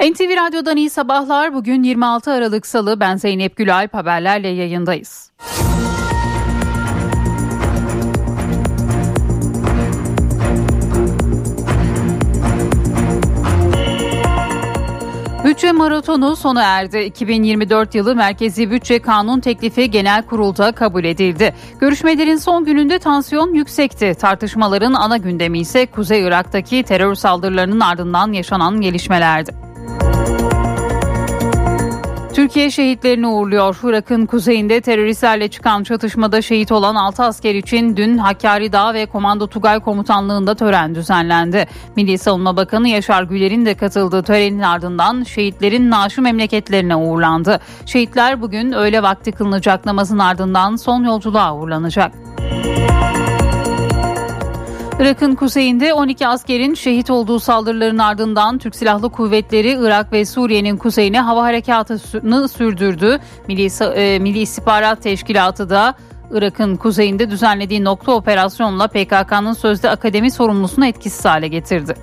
NTV Radyo'dan iyi sabahlar. Bugün 26 Aralık Salı. Ben Zeynep Gülalp, haberlerle yayındayız. Bütçe maratonu sona erdi. 2024 yılı Merkezi Bütçe Kanun Teklifi Genel Kurul'da kabul edildi. Görüşmelerin son gününde tansiyon yüksekti. Tartışmaların ana gündemi ise Kuzey Irak'taki terör saldırılarının ardından yaşanan gelişmelerdi. Türkiye şehitlerini uğurluyor. Irak'ın kuzeyinde teröristlerle çıkan çatışmada şehit olan 6 asker için dün Hakkari Dağ ve Komando Tugay Komutanlığı'nda tören düzenlendi. Milli Savunma Bakanı Yaşar Güler'in de katıldığı törenin ardından şehitlerin naaşı memleketlerine uğurlandı. Şehitler bugün öğle vakti kılınacak namazın ardından son yolculuğa uğurlanacak. Irak'ın kuzeyinde 12 askerin şehit olduğu saldırıların ardından Türk Silahlı Kuvvetleri Irak ve Suriye'nin kuzeyine hava harekatını sürdürdü. Milli İstihbarat Teşkilatı da Irak'ın kuzeyinde düzenlediği nokta operasyonla PKK'nın sözde akademi sorumlusunu etkisiz hale getirdi.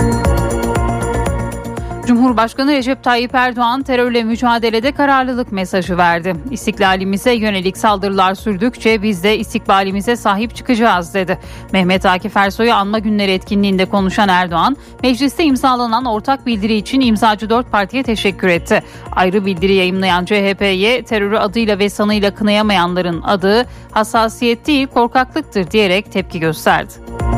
Cumhurbaşkanı Recep Tayyip Erdoğan terörle mücadelede kararlılık mesajı verdi. İstiklalimize yönelik saldırılar sürdükçe biz de istikbalimize sahip çıkacağız dedi. Mehmet Akif Ersoy'u anma günleri etkinliğinde konuşan Erdoğan, mecliste imzalanan ortak bildiri için imzacı 4 partiye teşekkür etti. Ayrı bildiri yayımlayan CHP'ye terörü adıyla ve sanıyla kınayamayanların adı hassasiyet değil korkaklıktır diyerek tepki gösterdi.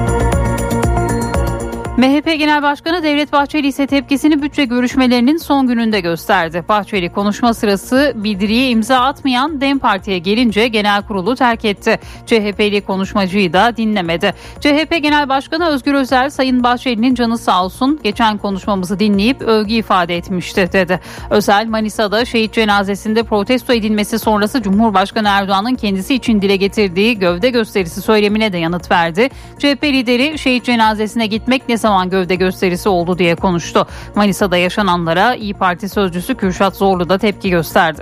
MHP Genel Başkanı Devlet Bahçeli ise tepkisini bütçe görüşmelerinin son gününde gösterdi. Bahçeli konuşma sırası bildiriye imza atmayan DEM Parti'ye gelince genel kurulu terk etti. CHP'li konuşmacıyı da dinlemedi. CHP Genel Başkanı Özgür Özel, Sayın Bahçeli'nin canı sağ olsun, geçen konuşmamızı dinleyip övgü ifade etmişti dedi. Özel, Manisa'da şehit cenazesinde protesto edilmesi sonrası Cumhurbaşkanı Erdoğan'ın kendisi için dile getirdiği gövde gösterisi söylemine de yanıt verdi. CHP lideri şehit cenazesine gitmek ne zaman gövde gösterisi oldu diye konuştu. Manisa'da yaşananlara İYİ Parti sözcüsü Kürşat Zorlu da tepki gösterdi.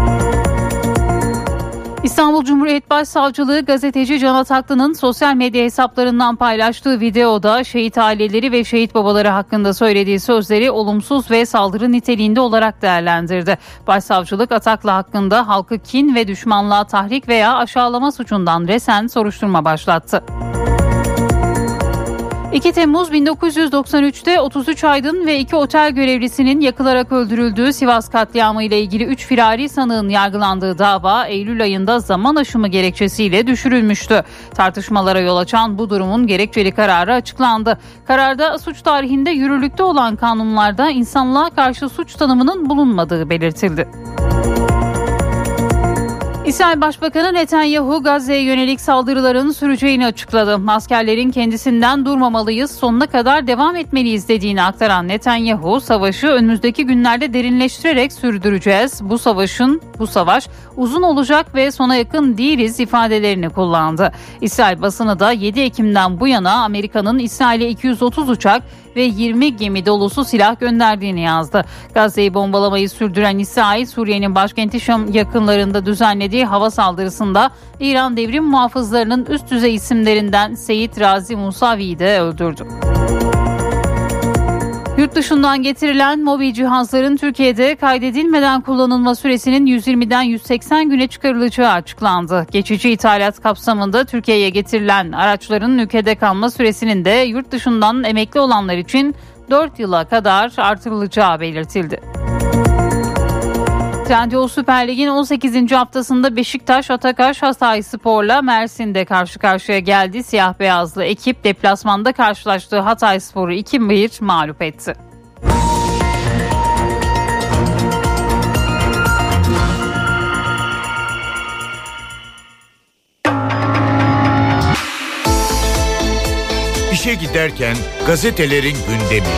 İstanbul Cumhuriyet Başsavcılığı gazeteci Can Ataklı'nın sosyal medya hesaplarından paylaştığı videoda şehit aileleri ve şehit babaları hakkında söylediği sözleri olumsuz ve saldırı niteliğinde olarak değerlendirdi. Başsavcılık Ataklı hakkında halkı kin ve düşmanlığa tahrik veya aşağılama suçundan resen soruşturma başlattı. 2 Temmuz 1993'te 33 aydın ve 2 otel görevlisinin yakılarak öldürüldüğü Sivas katliamı ile ilgili 3 firari sanığın yargılandığı dava Eylül ayında zaman aşımı gerekçesiyle düşürülmüştü. Tartışmalara yol açan bu durumun gerekçeli kararı açıklandı. Kararda suç tarihinde yürürlükte olan kanunlarda insanlığa karşı suç tanımının bulunmadığı belirtildi. İsrail Başbakanı Netanyahu Gazze'ye yönelik saldırıların süreceğini açıkladı. Askerlerin kendisinden durmamalıyız, sonuna kadar devam etmeliyiz dediğini aktaran Netanyahu, savaşı önümüzdeki günlerde derinleştirerek sürdüreceğiz. Bu savaş uzun olacak ve sona yakın değiliz ifadelerini kullandı. İsrail basını da 7 Ekim'den bu yana Amerika'nın İsrail'e 230 uçak ve 20 gemi dolusu silah gönderdiğini yazdı. Gazze'yi bombalamayı sürdüren İsrail, Suriye'nin başkenti Şam yakınlarında düzenlediği hava saldırısında İran devrim muhafızlarının üst düzey isimlerinden Seyit Razi Musavi'yi de öldürdü. Yurt dışından getirilen mobil cihazların Türkiye'de kaydedilmeden kullanılma süresinin 120'den 180 güne çıkarılacağı açıklandı. Geçici ithalat kapsamında Türkiye'ye getirilen araçların ülkede kalma süresinin de yurt dışından emekli olanlar için 4 yıla kadar artırılacağı belirtildi. Trendyol Süper Lig'in 18. haftasında Beşiktaş Hatayspor'la Mersin'de karşı karşıya geldi. Siyah beyazlı ekip deplasmanda karşılaştığı Hatayspor'u 2-1 mağlup etti. İşe giderken gazetelerin gündemi.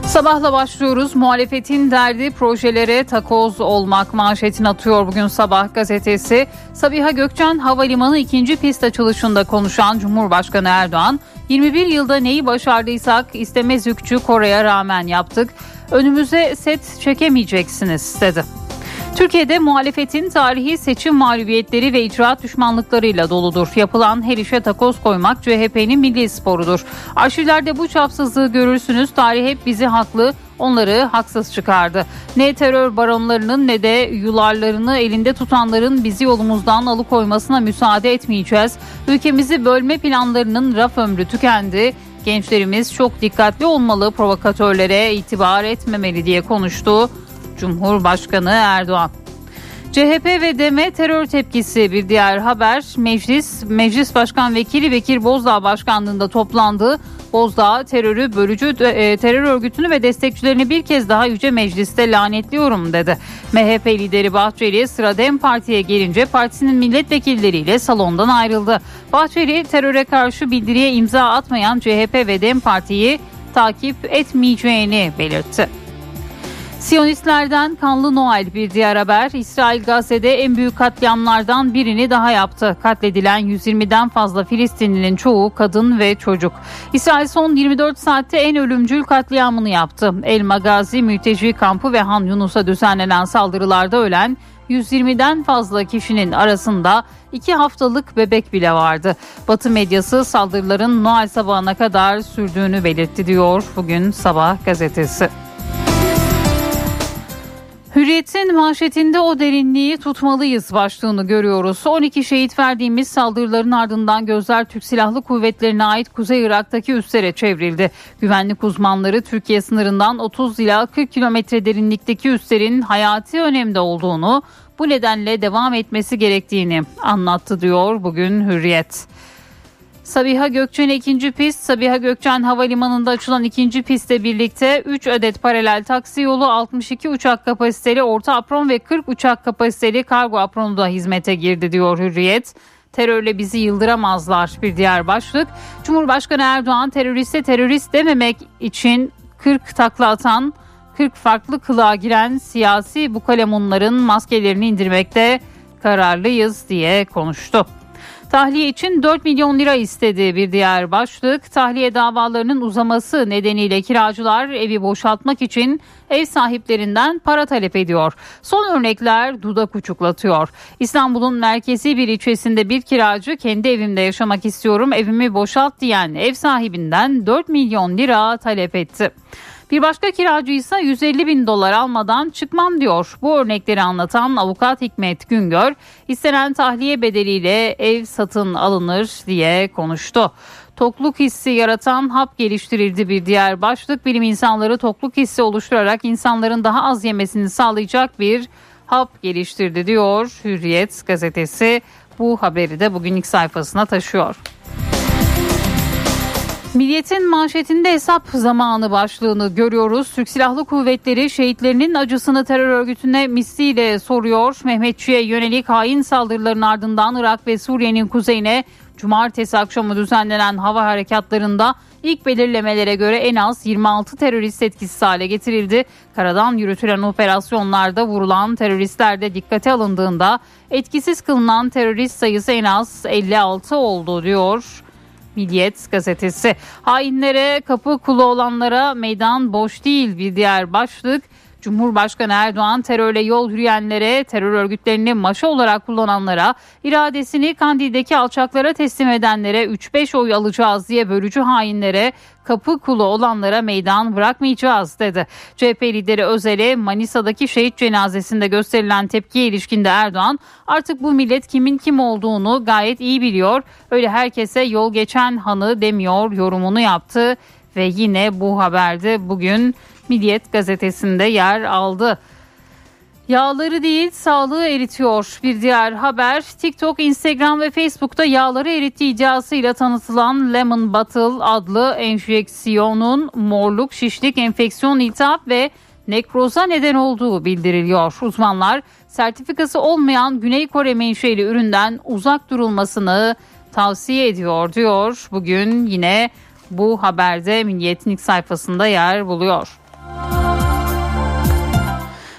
Sabahla başlıyoruz. Muhalefetin derdi projelere takoz olmak manşetini atıyor bugün Sabah gazetesi. Sabiha Gökçen Havalimanı 2. pist açılışında konuşan Cumhurbaşkanı Erdoğan, 21 yılda neyi başardıysak istemez yükçü Kore'ye rağmen yaptık. Önümüze set çekemeyeceksiniz dedi. Türkiye'de muhalefetin tarihi seçim mağlubiyetleri ve icraat düşmanlıklarıyla doludur. Yapılan her işe takoz koymak CHP'nin milli sporudur. Arşivlerde bu çapsızlığı görürsünüz. Tarih hep bizi haklı, onları haksız çıkardı. Ne terör baronlarının ne de yularlarını elinde tutanların bizi yolumuzdan alıkoymasına müsaade etmeyeceğiz. Ülkemizi bölme planlarının raf ömrü tükendi. Gençlerimiz çok dikkatli olmalı, provokatörlere itibar etmemeli diye konuştu Cumhurbaşkanı Erdoğan. CHP ve DEM'e terör tepkisi bir diğer haber. Meclis Başkan Vekili Bekir Bozdağ başkanlığında toplandı. Bozdağ terörü, bölücü terör örgütünü ve destekçilerini bir kez daha Yüce Meclis'te lanetliyorum dedi. MHP lideri Bahçeli sıra DEM Parti'ye gelince partisinin milletvekilleriyle salondan ayrıldı. Bahçeli teröre karşı bildiriye imza atmayan CHP ve DEM Parti'yi takip etmeyeceğini belirtti. Siyonistlerden kanlı Noel bir diğer haber. İsrail Gazze'de en büyük katliamlardan birini daha yaptı. Katledilen 120'den fazla Filistinlinin çoğu kadın ve çocuk. İsrail son 24 saatte en ölümcül katliamını yaptı. El Magazi mülteci kampı ve Han Yunus'a düzenlenen saldırılarda ölen 120'den fazla kişinin arasında 2 haftalık bebek bile vardı. Batı medyası saldırıların Noel sabahına kadar sürdüğünü belirtti diyor bugün Sabah gazetesi. Hürriyet'in manşetinde o derinliği tutmalıyız başlığını görüyoruz. 12 şehit verdiğimiz saldırıların ardından gözler Türk Silahlı Kuvvetleri'ne ait Kuzey Irak'taki üslere çevrildi. Güvenlik uzmanları Türkiye sınırından 30 ila 40 kilometre derinlikteki üslerin hayati önemde olduğunu, bu nedenle devam etmesi gerektiğini anlattı diyor bugün Hürriyet. Sabiha Gökçen'e 2. pist, Sabiha Gökçen Havalimanı'nda açılan 2. pistle birlikte 3 adet paralel taksi yolu, 62 uçak kapasiteli orta apron ve 40 uçak kapasiteli kargo apronu da hizmete girdi diyor Hürriyet. Terörle bizi yıldıramazlar bir diğer başlık. Cumhurbaşkanı Erdoğan teröriste terörist dememek için 40 takla atan, 40 farklı kılığa giren siyasi bukalemunların maskelerini indirmekte kararlıyız diye konuştu. Tahliye için 4 milyon lira istedi bir diğer başlık. Tahliye davalarının uzaması nedeniyle kiracılar evi boşaltmak için ev sahiplerinden para talep ediyor. Son örnekler dudak uçuklatıyor. İstanbul'un merkezi bir ilçesinde bir kiracı kendi evimde yaşamak istiyorum, evimi boşalt diyen ev sahibinden 4 milyon lira talep etti. Bir başka kiracı ise 150 bin dolar almadan çıkmam diyor. Bu örnekleri anlatan avukat Hikmet Güngör, istenen tahliye bedeliyle ev satın alınır diye konuştu. Tokluk hissi yaratan hap geliştirildi bir diğer başlık. Bilim insanları tokluk hissi oluşturarak insanların daha az yemesini sağlayacak bir hap geliştirdi diyor Hürriyet gazetesi. Bu haberi de bugün ilk sayfasına taşıyor. Milliyet'in manşetinde hesap zamanı başlığını görüyoruz. Türk Silahlı Kuvvetleri şehitlerinin acısını terör örgütüne misliyle soruyor. Mehmetçiğe yönelik hain saldırıların ardından Irak ve Suriye'nin kuzeyine cumartesi akşamı düzenlenen hava harekatlarında ilk belirlemelere göre en az 26 terörist etkisiz hale getirildi. Karadan yürütülen operasyonlarda vurulan teröristler de dikkate alındığında etkisiz kılınan terörist sayısı en az 56 oldu diyor Milliyet gazetesi. Hainlere kapı kulu olanlara meydan boş değil bir diğer başlık. Cumhurbaşkanı Erdoğan terörle yol yürüyenlere, terör örgütlerini maşa olarak kullananlara, iradesini Kandil'deki alçaklara teslim edenlere 3-5 oy alacağız diye bölücü hainlere, kapı kulu olanlara meydan bırakmayacağız dedi. CHP lideri Özel'e Manisa'daki şehit cenazesinde gösterilen tepkiye ilişkin de Erdoğan, artık bu millet kimin kim olduğunu gayet iyi biliyor. Öyle herkese yol geçen hanı demiyor yorumunu yaptı ve yine bu haberde bugün Milliyet gazetesinde yer aldı. Yağları değil sağlığı eritiyor bir diğer haber. TikTok, Instagram ve Facebook'ta yağları erittiği iddiasıyla tanıtılan Lemon Bottle adlı enjeksiyonun morluk, şişlik, enfeksiyon, iltihap ve nekroza neden olduğu bildiriliyor. Uzmanlar sertifikası olmayan Güney Kore menşeli üründen uzak durulmasını tavsiye ediyor diyor. Bugün yine bu haberde Milliyet'in ilk sayfasında yer buluyor.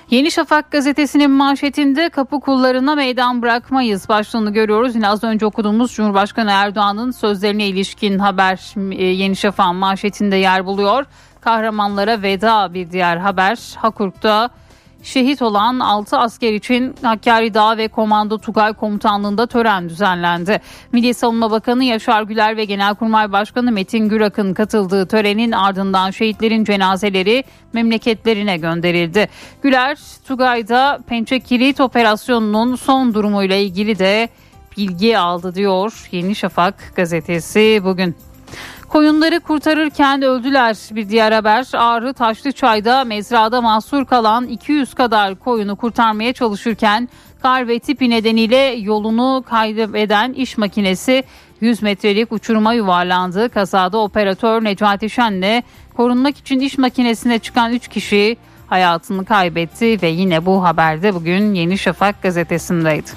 Yeni Şafak gazetesinin manşetinde kapı kullarına meydan bırakmayız başlığını görüyoruz. Yine az önce okuduğumuz Cumhurbaşkanı Erdoğan'ın sözlerine ilişkin haber Yeni Şafak'ın manşetinde yer buluyor. Kahramanlara veda bir diğer haber. Hakurk'ta şehit olan 6 asker için Hakkari Dağ ve Komando Tugay Komutanlığı'nda tören düzenlendi. Milli Savunma Bakanı Yaşar Güler ve Genelkurmay Başkanı Metin Gürak'ın katıldığı törenin ardından şehitlerin cenazeleri memleketlerine gönderildi. Güler, Tugay'da Pençe Kilit operasyonunun son durumuyla ilgili de bilgi aldı diyor Yeni Şafak gazetesi bugün. Koyunları kurtarırken öldüler bir diğer haber. Ağrı Taşlıçay'da mezrada mahsur kalan 200 kadar koyunu kurtarmaya çalışırken kar ve tipi nedeniyle yolunu kaybeden iş makinesi 100 metrelik uçuruma yuvarlandı. Kazada operatör Necati Şen'le korunmak için iş makinesine çıkan 3 kişi hayatını kaybetti ve yine bu haberde bugün Yeni Şafak gazetesindeydi.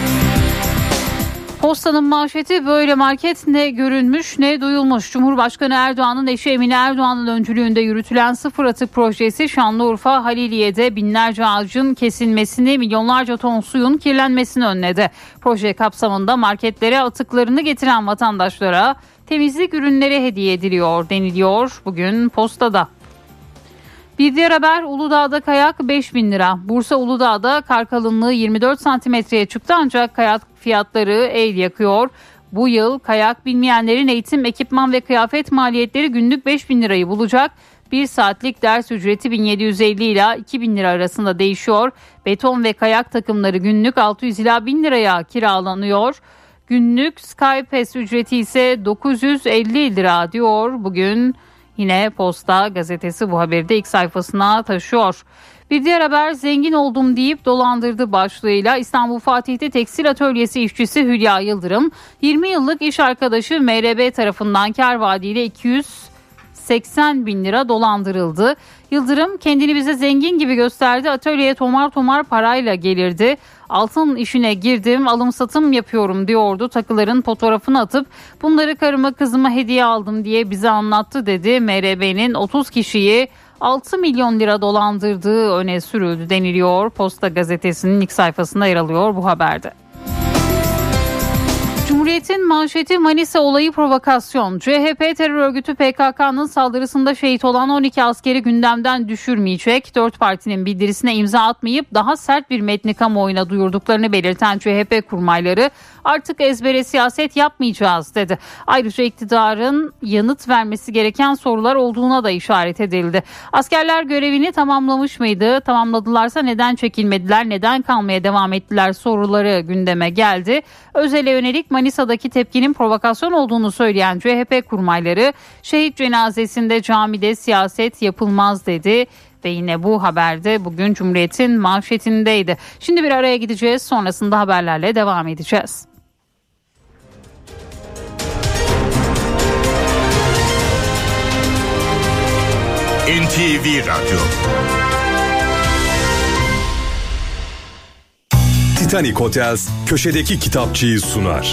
Posta'nın manşeti böyle market ne görünmüş ne duyulmuş. Cumhurbaşkanı Erdoğan'ın eşi Emine Erdoğan'ın öncülüğünde yürütülen sıfır atık projesi Şanlıurfa Haliliye'de binlerce ağacın kesilmesini, milyonlarca ton suyun kirlenmesini önledi. Proje kapsamında marketlere atıklarını getiren vatandaşlara temizlik ürünleri hediye ediliyor deniliyor bugün Posta'da. Bir diğer haber Uludağ'da kayak 5.000 lira. Bursa Uludağ'da kar kalınlığı 24 santimetreye çıktı ancak kayak fiyatları el yakıyor. Bu yıl kayak bilmeyenlerin eğitim, ekipman ve kıyafet maliyetleri günlük 5.000 lirayı bulacak. 1 saatlik ders ücreti 1750 ila 2000 lira arasında değişiyor. Beton ve kayak takımları günlük 600 ila 1000 liraya kiralanıyor. Günlük Skypass ücreti ise 950 lira diyor bugün. Yine Posta gazetesi bu haberi de ilk sayfasına taşıyor. Bir diğer haber zengin oldum deyip dolandırdı başlığıyla İstanbul Fatih'te tekstil atölyesi işçisi Hülya Yıldırım 20 yıllık iş arkadaşı MRB tarafından kar vaadiyle 280 bin lira dolandırıldı. Yıldırım kendini bize zengin gibi gösterdi, atölyeye tomar tomar parayla gelirdi. Altın işine girdim, alım satım yapıyorum diyordu. Takıların fotoğrafını atıp bunları karıma kızıma hediye aldım diye bize anlattı dedi. MRB'nin 30 kişiyi 6 milyon lira dolandırdığı öne sürüldü deniliyor. Posta gazetesinin ilk sayfasında yer alıyor bu haberde. Cumhuriyet'in manşeti Manisa olayı provokasyon. CHP terör örgütü PKK'nın saldırısında şehit olan 12 askeri gündemden düşürmeyecek. 4 partinin bildirisine imza atmayıp daha sert bir metni kamuoyuna duyurduklarını belirten CHP kurmayları artık ezbere siyaset yapmayacağız dedi. Ayrıca iktidarın yanıt vermesi gereken sorular olduğuna da işaret edildi. Askerler görevini tamamlamış mıydı? Tamamladılarsa neden çekilmediler? Neden kalmaya devam ettiler? Soruları gündeme geldi. Özel'e yönelik Manisa'daki tepkinin provokasyon olduğunu söyleyen CHP kurmayları şehit cenazesinde camide siyaset yapılmaz dedi. Ve yine bu haberde bugün Cumhuriyet'in manşetindeydi. Şimdi bir araya gideceğiz, sonrasında haberlerle devam edeceğiz. NTV Radyo. Titanic Hotels köşedeki kitapçıyı sunar.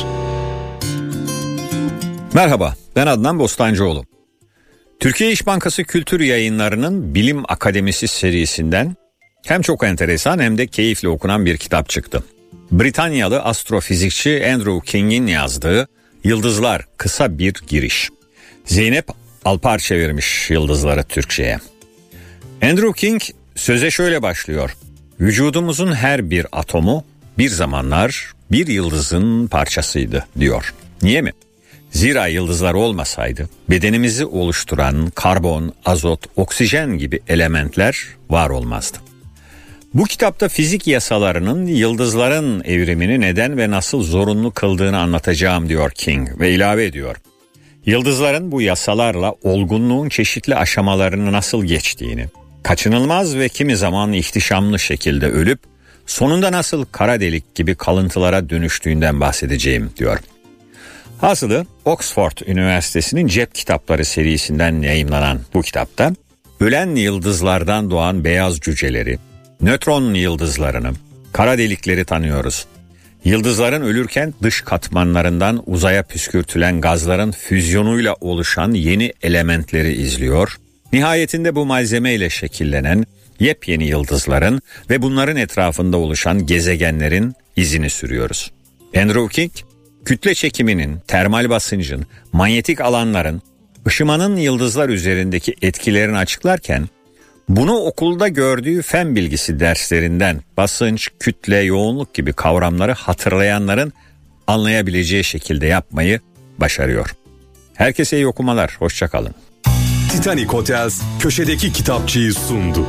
Merhaba, ben Adnan Bostancıoğlu. Türkiye İş Bankası Kültür Yayınları'nın Bilim Akademisi serisinden hem çok enteresan hem de keyifli okunan bir kitap çıktı. Britanyalı astrofizikçi Andrew King'in yazdığı Yıldızlar Kısa Bir Giriş. Zeynep Alpar çevirmiş Yıldızları Türkçe'ye. Andrew King söze şöyle başlıyor. Vücudumuzun her bir atomu bir zamanlar bir yıldızın parçasıydı diyor. Niye mi? Zira yıldızlar olmasaydı bedenimizi oluşturan karbon, azot, oksijen gibi elementler var olmazdı. Bu kitapta fizik yasalarının yıldızların evrimini neden ve nasıl zorunlu kıldığını anlatacağım diyor King ve ilave ediyor. Yıldızların bu yasalarla olgunluğun çeşitli aşamalarını nasıl geçtiğini, kaçınılmaz ve kimi zaman ihtişamlı şekilde ölüp sonunda nasıl kara delik gibi kalıntılara dönüştüğünden bahsedeceğim diyor. Hasılı Oxford Üniversitesi'nin cep kitapları serisinden yayımlanan bu kitapta ölen yıldızlardan doğan beyaz cüceleri, nötron yıldızlarını, kara delikleri tanıyoruz. Yıldızların ölürken dış katmanlarından uzaya püskürtülen gazların füzyonuyla oluşan yeni elementleri izliyor, Nihayetinde bu malzeme ile şekillenen yepyeni yıldızların ve bunların etrafında oluşan gezegenlerin izini sürüyoruz. Andrew King, kütle çekiminin, termal basıncın, manyetik alanların, ışımanın yıldızlar üzerindeki etkilerini açıklarken, bunu okulda gördüğü fen bilgisi derslerinden basınç, kütle, yoğunluk gibi kavramları hatırlayanların anlayabileceği şekilde yapmayı başarıyor. Herkese iyi okumalar, hoşça kalın. Titanic Hotels köşedeki kitapçıyı sundu.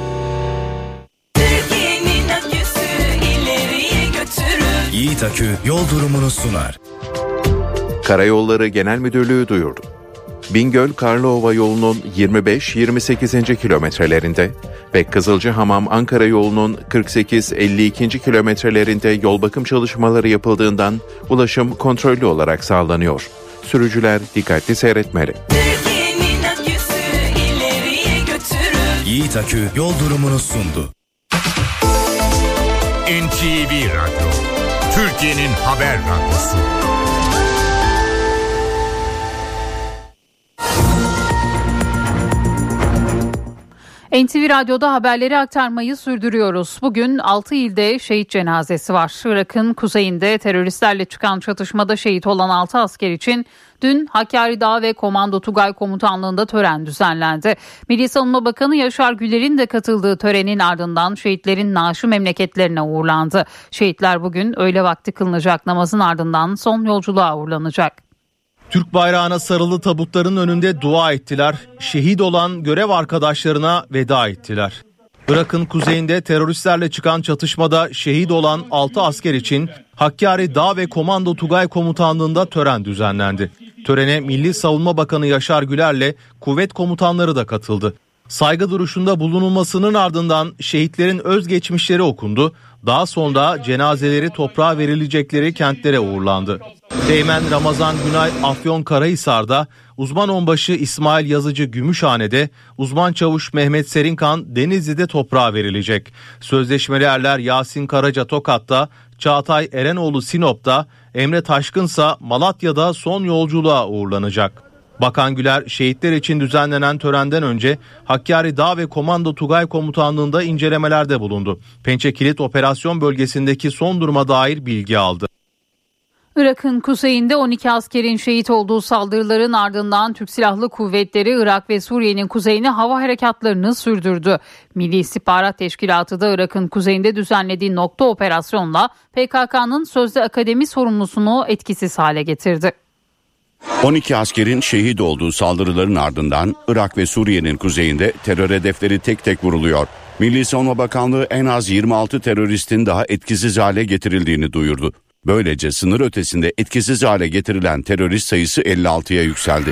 Yiğit Akü yol durumunu sunar. Karayolları Genel Müdürlüğü duyurdu. Bingöl-Karlıova yolunun 25-28. kilometrelerinde ve Kızılcahamam Ankara yolunun 48-52. kilometrelerinde yol bakım çalışmaları yapıldığından ulaşım kontrollü olarak sağlanıyor. Sürücüler dikkatli seyretmeli. Yiğit Akü yol durumunu sundu. NTV Radyo, Türkiye'nin haber radyosu. NTV Radyo'da haberleri aktarmayı sürdürüyoruz. Bugün 6 ilde şehit cenazesi var. Irak'ın kuzeyinde teröristlerle çıkan çatışmada şehit olan 6 asker için dün Hakkari Dağ ve Komando Tugay Komutanlığı'nda tören düzenlendi. Milli Savunma Bakanı Yaşar Güler'in de katıldığı törenin ardından şehitlerin naaşı memleketlerine uğurlandı. Şehitler bugün öğle vakti kılınacak namazın ardından son yolculuğa uğurlanacak. Türk bayrağına sarılı tabutların önünde dua ettiler. Şehit olan görev arkadaşlarına veda ettiler. Irak'ın kuzeyinde teröristlerle çıkan çatışmada şehit olan 6 asker için Hakkari Dağ ve Komando Tugay Komutanlığı'nda tören düzenlendi. Törene Milli Savunma Bakanı Yaşar Güler'le kuvvet komutanları da katıldı. Saygı duruşunda bulunulmasının ardından şehitlerin özgeçmişleri okundu. Daha sonra cenazeleri toprağa verilecekleri kentlere uğurlandı. Teğmen Ramazan Günay Afyonkarahisar'da, uzman onbaşı İsmail Yazıcı Gümüşhane'de, uzman çavuş Mehmet Serinkan Denizli'de toprağa verilecek. Sözleşmeli erler Yasin Karaca Tokat'ta, Çağatay Erenoğlu Sinop'ta, Emre Taşkınsa Malatya'da son yolculuğa uğurlanacak. Bakan Güler şehitler için düzenlenen törenden önce Hakkari Dağ ve Komando Tugay Komutanlığı'nda incelemelerde bulundu. Pençekilit operasyon bölgesindeki son duruma dair bilgi aldı. Irak'ın kuzeyinde 12 askerin şehit olduğu saldırıların ardından Türk Silahlı Kuvvetleri Irak ve Suriye'nin kuzeyine hava harekatlarını sürdürdü. Milli İstihbarat Teşkilatı da Irak'ın kuzeyinde düzenlediği nokta operasyonla PKK'nın sözde akademi sorumlusunu etkisiz hale getirdi. 12 askerin şehit olduğu saldırıların ardından Irak ve Suriye'nin kuzeyinde terör hedefleri tek tek vuruluyor. Milli Savunma Bakanlığı en az 26 teröristin daha etkisiz hale getirildiğini duyurdu. Böylece sınır ötesinde etkisiz hale getirilen terörist sayısı 56'ya yükseldi.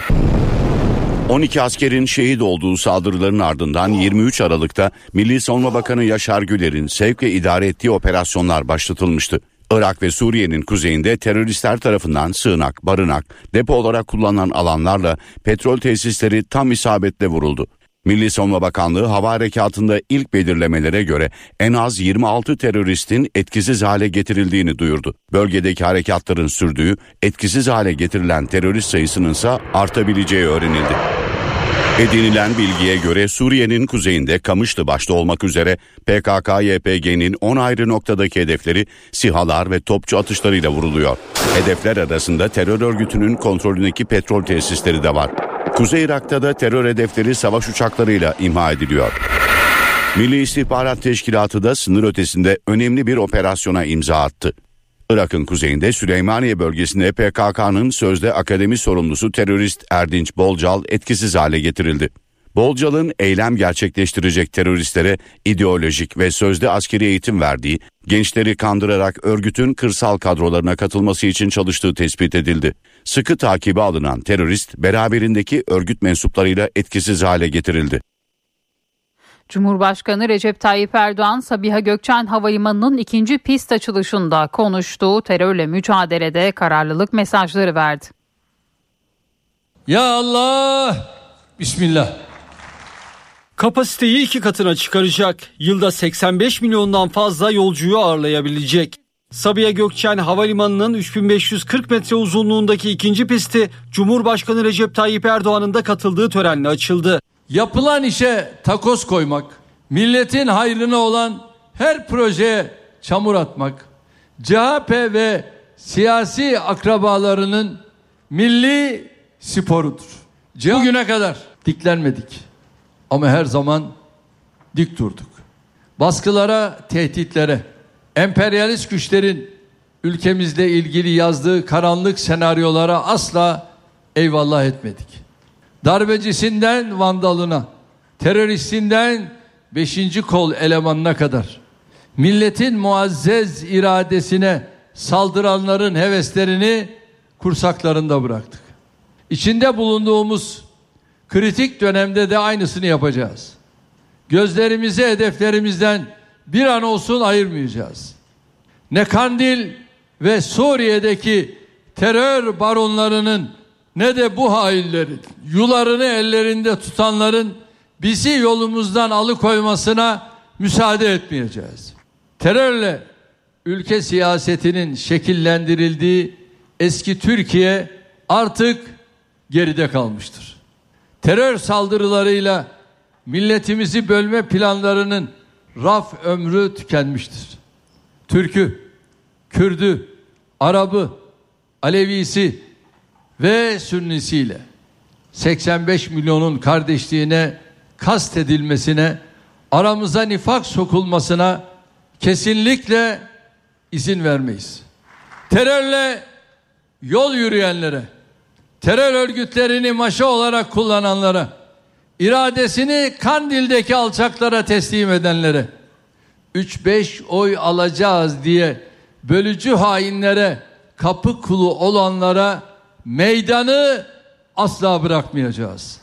12 askerin şehit olduğu saldırıların ardından 23 Aralık'ta Milli Savunma Bakanı Yaşar Güler'in sevk ve idare ettiği operasyonlar başlatılmıştı. Irak ve Suriye'nin kuzeyinde teröristler tarafından sığınak, barınak, depo olarak kullanılan alanlarla petrol tesisleri tam isabetle vuruldu. Milli Savunma Bakanlığı hava harekatında ilk belirlemelere göre en az 26 teröristin etkisiz hale getirildiğini duyurdu. Bölgedeki harekatların sürdüğü, etkisiz hale getirilen terörist sayısının ise artabileceği öğrenildi. Edinilen bilgiye göre Suriye'nin kuzeyinde Kamışlı başta olmak üzere PKK-YPG'nin 10 ayrı noktadaki hedefleri SİHA'lar ve topçu atışlarıyla vuruluyor. Hedefler arasında terör örgütünün kontrolündeki petrol tesisleri de var. Kuzey Irak'ta da terör hedefleri savaş uçaklarıyla imha ediliyor. Milli İstihbarat Teşkilatı da sınır ötesinde önemli bir operasyona imza attı. Irak'ın kuzeyinde Süleymaniye bölgesinde PKK'nın sözde akademi sorumlusu terörist Erdinç Bolcal etkisiz hale getirildi. Bolcal'ın eylem gerçekleştirecek teröristlere ideolojik ve sözde askeri eğitim verdiği, gençleri kandırarak örgütün kırsal kadrolarına katılması için çalıştığı tespit edildi. Sıkı takibe alınan terörist beraberindeki örgüt mensuplarıyla etkisiz hale getirildi. Cumhurbaşkanı Recep Tayyip Erdoğan, Sabiha Gökçen Havalimanı'nın 2. pist açılışında konuştuğu terörle mücadelede kararlılık mesajları verdi. Ya Allah, Bismillah. Kapasiteyi 2 katına çıkaracak. Yılda 85 milyondan fazla yolcuyu ağırlayabilecek. Sabiha Gökçen Havalimanı'nın 3540 metre uzunluğundaki 2. pisti Cumhurbaşkanı Recep Tayyip Erdoğan'ın da katıldığı törenle açıldı. yapılan işe takoz koymak, milletin hayrına olan her projeye çamur atmak, CHP ve siyasi akrabalarının milli sporudur. Bugüne kadar diklenmedik ama her zaman dik durduk. Baskılara, tehditlere, emperyalist güçlerin ülkemizle ilgili yazdığı karanlık senaryolara asla eyvallah etmedik. Darbecisinden vandalına, teröristinden 5. kol elemanına kadar milletin muazzez iradesine saldıranların heveslerini kursaklarında bıraktık. İçinde bulunduğumuz kritik dönemde de aynısını yapacağız. Gözlerimizi hedeflerimizden bir an olsun ayırmayacağız. Ne Kandil ve Suriye'deki terör baronlarının ne de bu hainlerin yularını ellerinde tutanların bizi yolumuzdan alıkoymasına müsaade etmeyeceğiz. Terörle ülke siyasetinin şekillendirildiği eski Türkiye artık geride kalmıştır. Terör saldırılarıyla milletimizi bölme planlarının raf ömrü tükenmiştir. Türk'ü, Kürd'ü, Arap'ı, Alevisi ve Sünnisiyle 85 milyonun kardeşliğine kastedilmesine, aramıza nifak sokulmasına kesinlikle izin vermeyiz. Terörle yol yürüyenlere, terör örgütlerini maşa olarak kullananlara, iradesini Kandil'deki alçaklara teslim edenlere, 3-5 oy alacağız diye bölücü hainlere kapı kulu olanlara meydanı asla bırakmayacağız.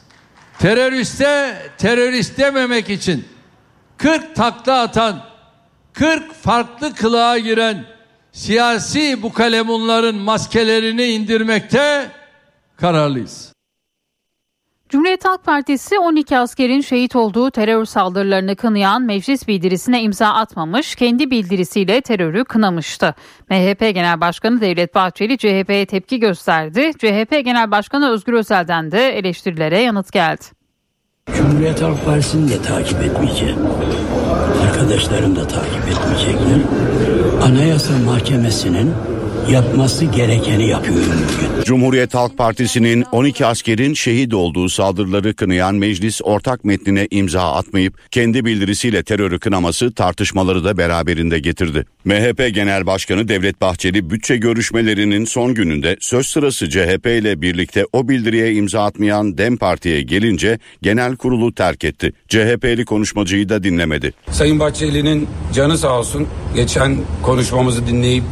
Terörist dememek için 40 takla atan, 40 farklı kılığa giren siyasi bukalemunların maskelerini indirmekte kararlıyız. Cumhuriyet Halk Partisi 12 askerin şehit olduğu terör saldırılarını kınayan meclis bildirisine imza atmamış, kendi bildirisiyle terörü kınamıştı. MHP Genel Başkanı Devlet Bahçeli CHP'ye tepki gösterdi. CHP Genel Başkanı Özgür Özel'den de eleştirilere yanıt geldi. Cumhuriyet Halk Partisi'ni de takip etmeyeceğim. Arkadaşlarım da takip etmeyecekler. Anayasa Mahkemesi'nin yapması gerekeni yapıyorum bugün. Cumhuriyet Halk Partisi'nin 12 askerin şehit olduğu saldırıları kınayan meclis ortak metnine imza atmayıp kendi bildirisiyle terörü kınaması tartışmaları da beraberinde getirdi. MHP Genel Başkanı Devlet Bahçeli bütçe görüşmelerinin son gününde söz sırası CHP ile birlikte o bildiriye imza atmayan DEM Parti'ye gelince genel kurulu terk etti. CHP'li konuşmacıyı da dinlemedi. Sayın Bahçeli'nin canı sağ olsun, geçen konuşmamızı dinleyip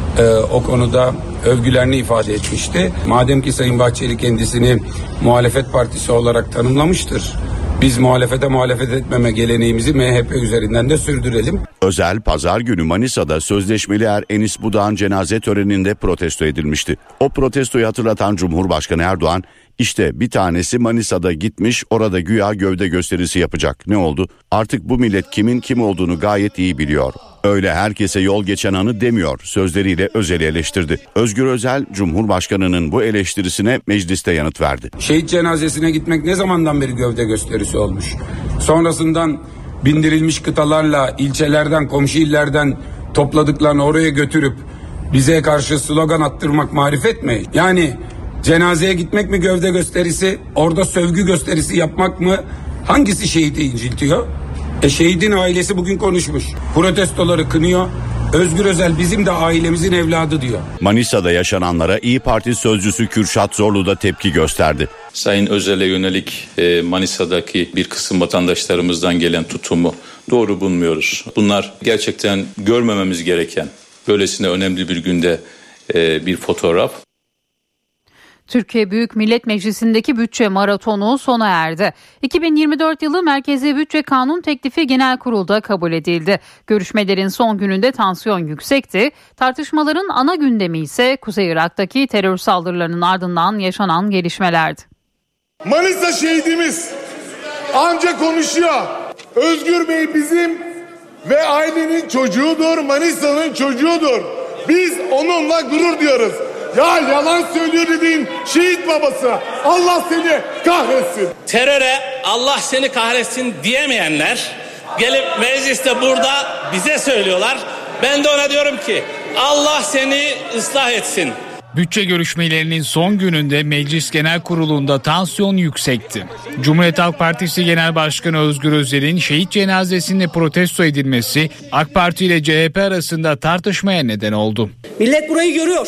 o konuda övgülerini ifade etmişti. Madem ki Sayın Bahçeli kendisini muhalefet partisi olarak tanımlamıştır, biz muhalefet etmeme geleneğimizi MHP üzerinden de sürdürelim. Özel pazar günü Manisa'da sözleşmeli Enis Budak'ın cenaze töreninde protesto edilmişti. O protestoyu hatırlatan Cumhurbaşkanı Erdoğan, işte bir tanesi Manisa'da gitmiş, orada güya gövde gösterisi yapacak. Ne oldu? Artık bu millet kimin kim olduğunu gayet iyi biliyor. Öyle herkese yol geçen anı demiyor sözleriyle Özel'i eleştirdi. Özgür Özel, Cumhurbaşkanı'nın bu eleştirisine mecliste yanıt verdi. Şehit cenazesine gitmek ne zamandan beri gövde gösterisi olmuş? Sonrasından bindirilmiş kıtalarla ilçelerden, komşu illerden topladıklarını oraya götürüp bize karşı slogan attırmak marifet mi? Yani cenazeye gitmek mi gövde gösterisi, orada sövgü gösterisi yapmak mı? Hangisi şehidi inciltiyor? Şehidin ailesi bugün konuşmuş. Protestoları kınıyor. Özgür Özel bizim de ailemizin evladı diyor. Manisa'da yaşananlara İYİ Parti sözcüsü Kürşat Zorlu da tepki gösterdi. Sayın Özel'e yönelik Manisa'daki bir kısım vatandaşlarımızdan gelen tutumu doğru bulmuyoruz. Bunlar gerçekten görmememiz gereken, böylesine önemli bir günde bir fotoğraf. Türkiye Büyük Millet Meclisi'ndeki bütçe maratonu sona erdi. 2024 yılı Merkezi Bütçe Kanun Teklifi Genel Kurul'da kabul edildi. Görüşmelerin son gününde tansiyon yüksekti. Tartışmaların ana gündemi ise Kuzey Irak'taki terör saldırılarının ardından yaşanan gelişmelerdi. Manisa şehidimiz anca konuşuyor. Özgür Bey bizim ve ailenin çocuğudur, Manisa'nın çocuğudur. Biz onunla gurur diyoruz. Ya yalan söylüyor dediğin şehit babası. Allah seni kahretsin. Teröre Allah seni kahretsin diyemeyenler gelip mecliste burada bize söylüyorlar. Ben de ona diyorum ki Allah seni ıslah etsin. Bütçe görüşmelerinin son gününde Meclis Genel Kurulu'nda tansiyon yüksekti. Cumhuriyet Halk Partisi Genel Başkanı Özgür Özel'in şehit cenazesinde protesto edilmesi AK Parti ile CHP arasında tartışmaya neden oldu. Millet burayı görüyor.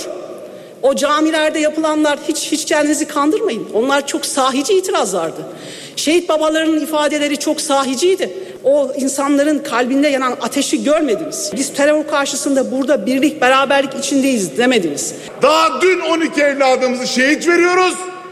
O camilerde yapılanlar hiç kendinizi kandırmayın. Onlar çok sahici itirazlardı. Şehit babalarının ifadeleri çok sahiciydi. O insanların kalbinde yanan ateşi görmediniz. Biz terör karşısında burada birlik, beraberlik içindeyiz demediniz. Daha dün 12 evladımızı şehit veriyoruz.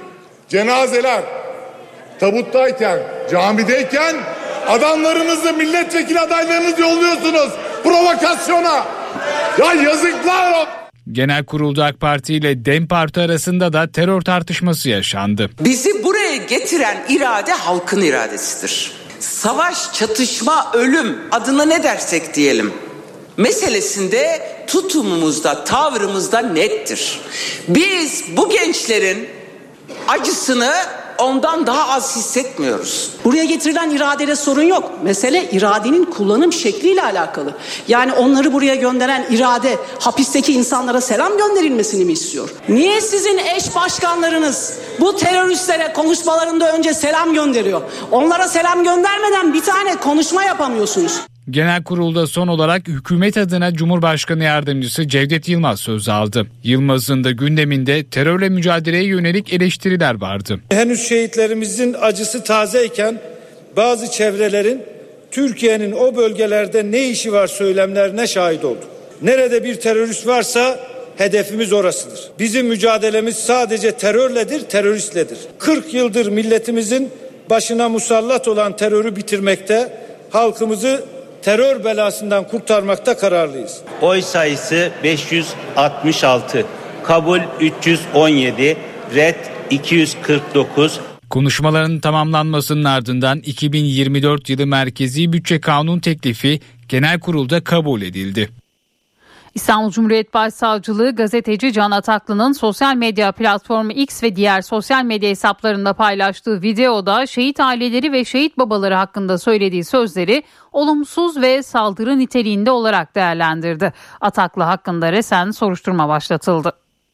Cenazeler tabuttayken, camideyken adamlarınızı, milletvekili adaylarınızı yolluyorsunuz provokasyona. Ya yazıklar olsun. Genel Kurulda AK Parti ile DEM Parti arasında da terör tartışması yaşandı. Bizi buraya getiren irade halkın iradesidir. Savaş, çatışma, ölüm adına ne dersek diyelim meselesinde tutumumuzda, tavrımızda nettir. Biz bu gençlerin acısını ondan daha az hissetmiyoruz. Buraya getirilen iradede sorun yok. Mesele iradenin kullanım şekliyle alakalı. Yani onları buraya gönderen irade hapisteki insanlara selam gönderilmesini mi istiyor? Niye sizin eş başkanlarınız bu teröristlere konuşmalarında önce selam gönderiyor? Onlara selam göndermeden bir tane konuşma yapamıyorsunuz. Genel Kurulda son olarak hükümet adına Cumhurbaşkanı Yardımcısı Cevdet Yılmaz söz aldı. Yılmaz'ın da gündeminde terörle mücadeleye yönelik eleştiriler vardı. Henüz şehitlerimizin acısı tazeyken bazı çevrelerin Türkiye'nin o bölgelerde ne işi var söylemlerine şahit olduk. Nerede bir terörist varsa hedefimiz orasıdır. Bizim mücadelemiz sadece terörledir, teröristledir. 40 yıldır milletimizin başına musallat olan terörü bitirmekte, halkımızı terör belasından kurtarmakta kararlıyız. Oy sayısı 566, kabul 317, red 249. Konuşmaların tamamlanmasının ardından 2024 yılı Merkezi Bütçe Kanun teklifi Genel Kurulda kabul edildi. İstanbul Cumhuriyet Başsavcılığı gazeteci Can Ataklı'nın sosyal medya platformu X ve diğer sosyal medya hesaplarında paylaştığı videoda şehit aileleri ve şehit babaları hakkında söylediği sözleri olumsuz ve saldırı niteliğinde olarak değerlendirdi. Ataklı hakkında resen soruşturma başlatıldı.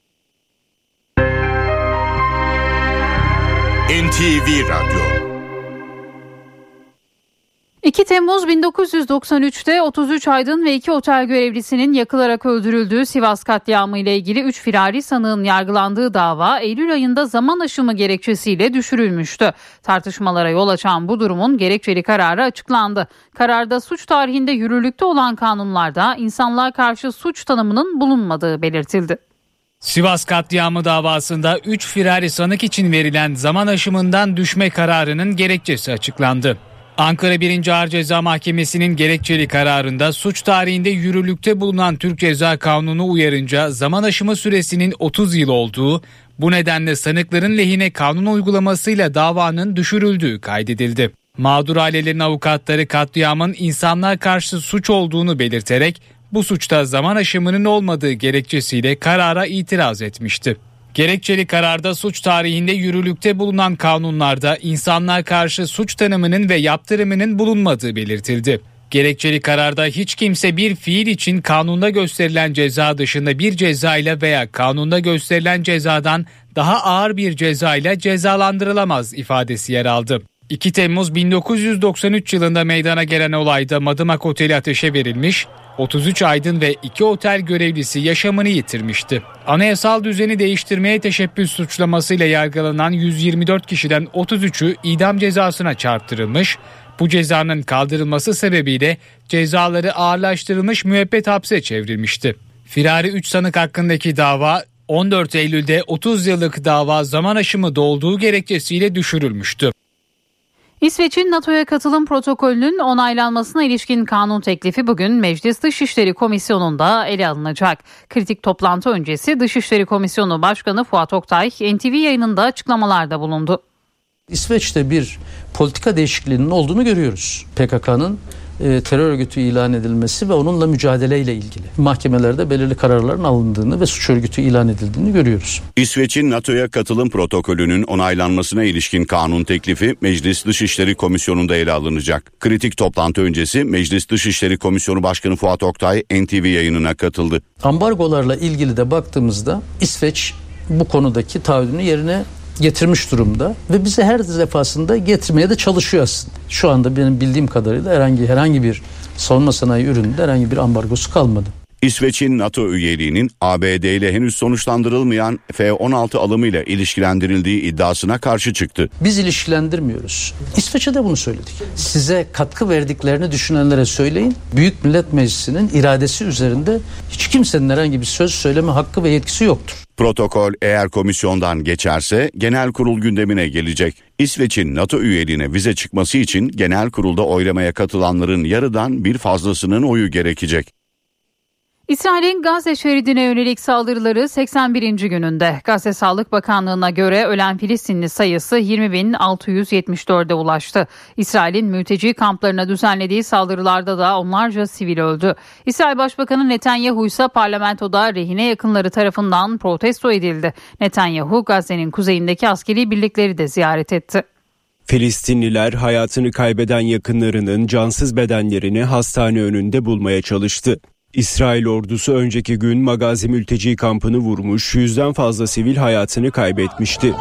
NTV Radyo. 2 Temmuz 1993'te 33 aydın ve 2 otel görevlisinin yakılarak öldürüldüğü Sivas katliamı ile ilgili 3 firari sanığın yargılandığı dava Eylül ayında zaman aşımı gerekçesiyle düşürülmüştü. Tartışmalara yol açan bu durumun gerekçeli kararı açıklandı. Kararda suç tarihinde yürürlükte olan kanunlarda insanlığa karşı suç tanımının bulunmadığı belirtildi. Sivas katliamı davasında 3 firari sanık için verilen zaman aşımından düşme kararının gerekçesi açıklandı. Ankara 1. Ağır Ceza Mahkemesi'nin gerekçeli kararında suç tarihinde yürürlükte bulunan Türk Ceza Kanunu uyarınca zaman aşımı süresinin 30 yıl olduğu, bu nedenle sanıkların lehine kanun uygulamasıyla davanın düşürüldüğü kaydedildi. Mağdur ailelerin avukatları katliamın insanlığa karşı suç olduğunu belirterek bu suçta zaman aşımının olmadığı gerekçesiyle karara itiraz etmişti. Gerekçeli kararda suç tarihinde yürürlükte bulunan kanunlarda insanlığa karşı suç tanımının ve yaptırımının bulunmadığı belirtildi. Gerekçeli kararda hiç kimse bir fiil için kanunda gösterilen ceza dışında bir cezayla veya kanunda gösterilen cezadan daha ağır bir cezayla cezalandırılamaz ifadesi yer aldı. 2 Temmuz 1993 yılında meydana gelen olayda Madımak Oteli ateşe verilmiş, 33 aydın ve 2 otel görevlisi yaşamını yitirmişti. Anayasal düzeni değiştirmeye teşebbüs suçlamasıyla yargılanan 124 kişiden 33'ü idam cezasına çarptırılmış, bu cezanın kaldırılması sebebiyle cezaları ağırlaştırılmış müebbet hapse çevrilmişti. Firari 3 sanık hakkındaki dava 14 Eylül'de 30 yıllık dava zaman aşımı dolduğu gerekçesiyle düşürülmüştü. İsveç'in NATO'ya katılım protokolünün onaylanmasına ilişkin kanun teklifi bugün Meclis Dışişleri Komisyonu'nda ele alınacak. Kritik toplantı öncesi Dışişleri Komisyonu Başkanı Fuat Oktay NTV yayınında açıklamalarda bulundu. İsveç'te bir politika değişikliğinin olduğunu görüyoruz. PKK'nın terör örgütü ilan edilmesi ve onunla mücadeleyle ilgili mahkemelerde belirli kararların alındığını ve suç örgütü ilan edildiğini görüyoruz. İsveç'in NATO'ya katılım protokolünün onaylanmasına ilişkin kanun teklifi Meclis Dışişleri Komisyonu'nda ele alınacak. Kritik toplantı öncesi Meclis Dışişleri Komisyonu Başkanı Fuat Oktay NTV yayınına katıldı. Ambargolarla ilgili de baktığımızda İsveç bu konudaki taahhüdünü yerine getirmiş durumda ve bize her defasında getirmeye de çalışıyor aslında. Şu anda benim bildiğim kadarıyla herhangi bir savunma sanayi ürününde herhangi bir ambargosu kalmadı. İsveç'in NATO üyeliğinin ABD ile henüz sonuçlandırılmayan F-16 alımıyla ilişkilendirildiği iddiasına karşı çıktı. Biz ilişkilendirmiyoruz. İsveç'e de bunu söyledik. Size katkı verdiklerini düşünenlere söyleyin. Büyük Millet Meclisi'nin iradesi üzerinde hiç kimsenin herhangi bir söz söyleme hakkı ve yetkisi yoktur. Protokol eğer komisyondan geçerse genel kurul gündemine gelecek. İsveç'in NATO üyeliğine vize çıkması için genel kurulda oylamaya katılanların yarıdan bir fazlasının oyu gerekecek. İsrail'in Gazze şeridine yönelik saldırıları 81. gününde. Gazze Sağlık Bakanlığı'na göre ölen Filistinli sayısı 20.674'e ulaştı. İsrail'in mülteci kamplarına düzenlediği saldırılarda da onlarca sivil öldü. İsrail Başbakanı Netanyahu ise parlamentoda rehine yakınları tarafından protesto edildi. Netanyahu Gazze'nin kuzeyindeki askeri birlikleri de ziyaret etti. Filistinliler hayatını kaybeden yakınlarının cansız bedenlerini hastane önünde bulmaya çalıştı. İsrail ordusu önceki gün Magazi mülteci kampını vurmuş, 100'den fazla sivil hayatını kaybetmişti.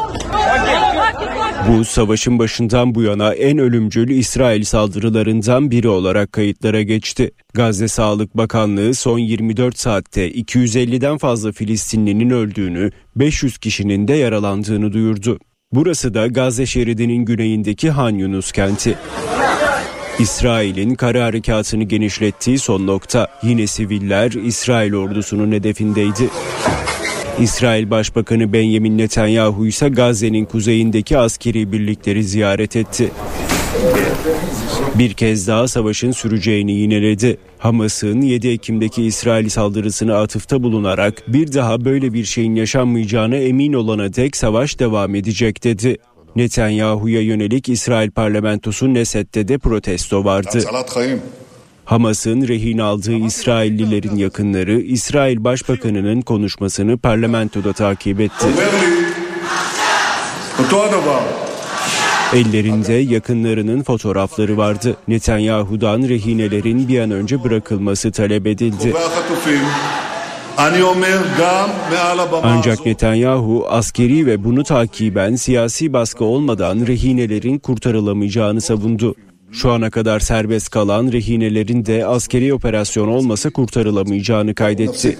Bu savaşın başından bu yana en ölümcül İsrail saldırılarından biri olarak kayıtlara geçti. Gazze Sağlık Bakanlığı son 24 saatte 250'den fazla Filistinlinin öldüğünü, 500 kişinin de yaralandığını duyurdu. Burası da Gazze şeridinin güneyindeki Han Yunus kenti. İsrail'in kara harekatını genişlettiği son nokta. Yine siviller İsrail ordusunun hedefindeydi. İsrail Başbakanı Benjamin Netanyahu ise Gazze'nin kuzeyindeki askeri birlikleri ziyaret etti. Bir kez daha savaşın süreceğini yineledi. Hamas'ın 7 Ekim'deki İsrail saldırısına atıfta bulunarak bir daha böyle bir şeyin yaşanmayacağına emin olana dek savaş devam edecek dedi. Netanyahu'ya yönelik İsrail parlamentosu Neset'te de protesto vardı. Hamas'ın rehin aldığı İsraillilerin yakınları İsrail Başbakanı'nın konuşmasını parlamentoda takip etti. Ellerinde yakınlarının fotoğrafları vardı. Netanyahu'dan rehinelerin bir an önce bırakılması talep edildi. Ancak Netanyahu askeri ve bunu takiben siyasi baskı olmadan rehinelerin kurtarılamayacağını savundu. Şu ana kadar serbest kalan rehinelerin de askeri operasyon olmasa kurtarılamayacağını kaydetti.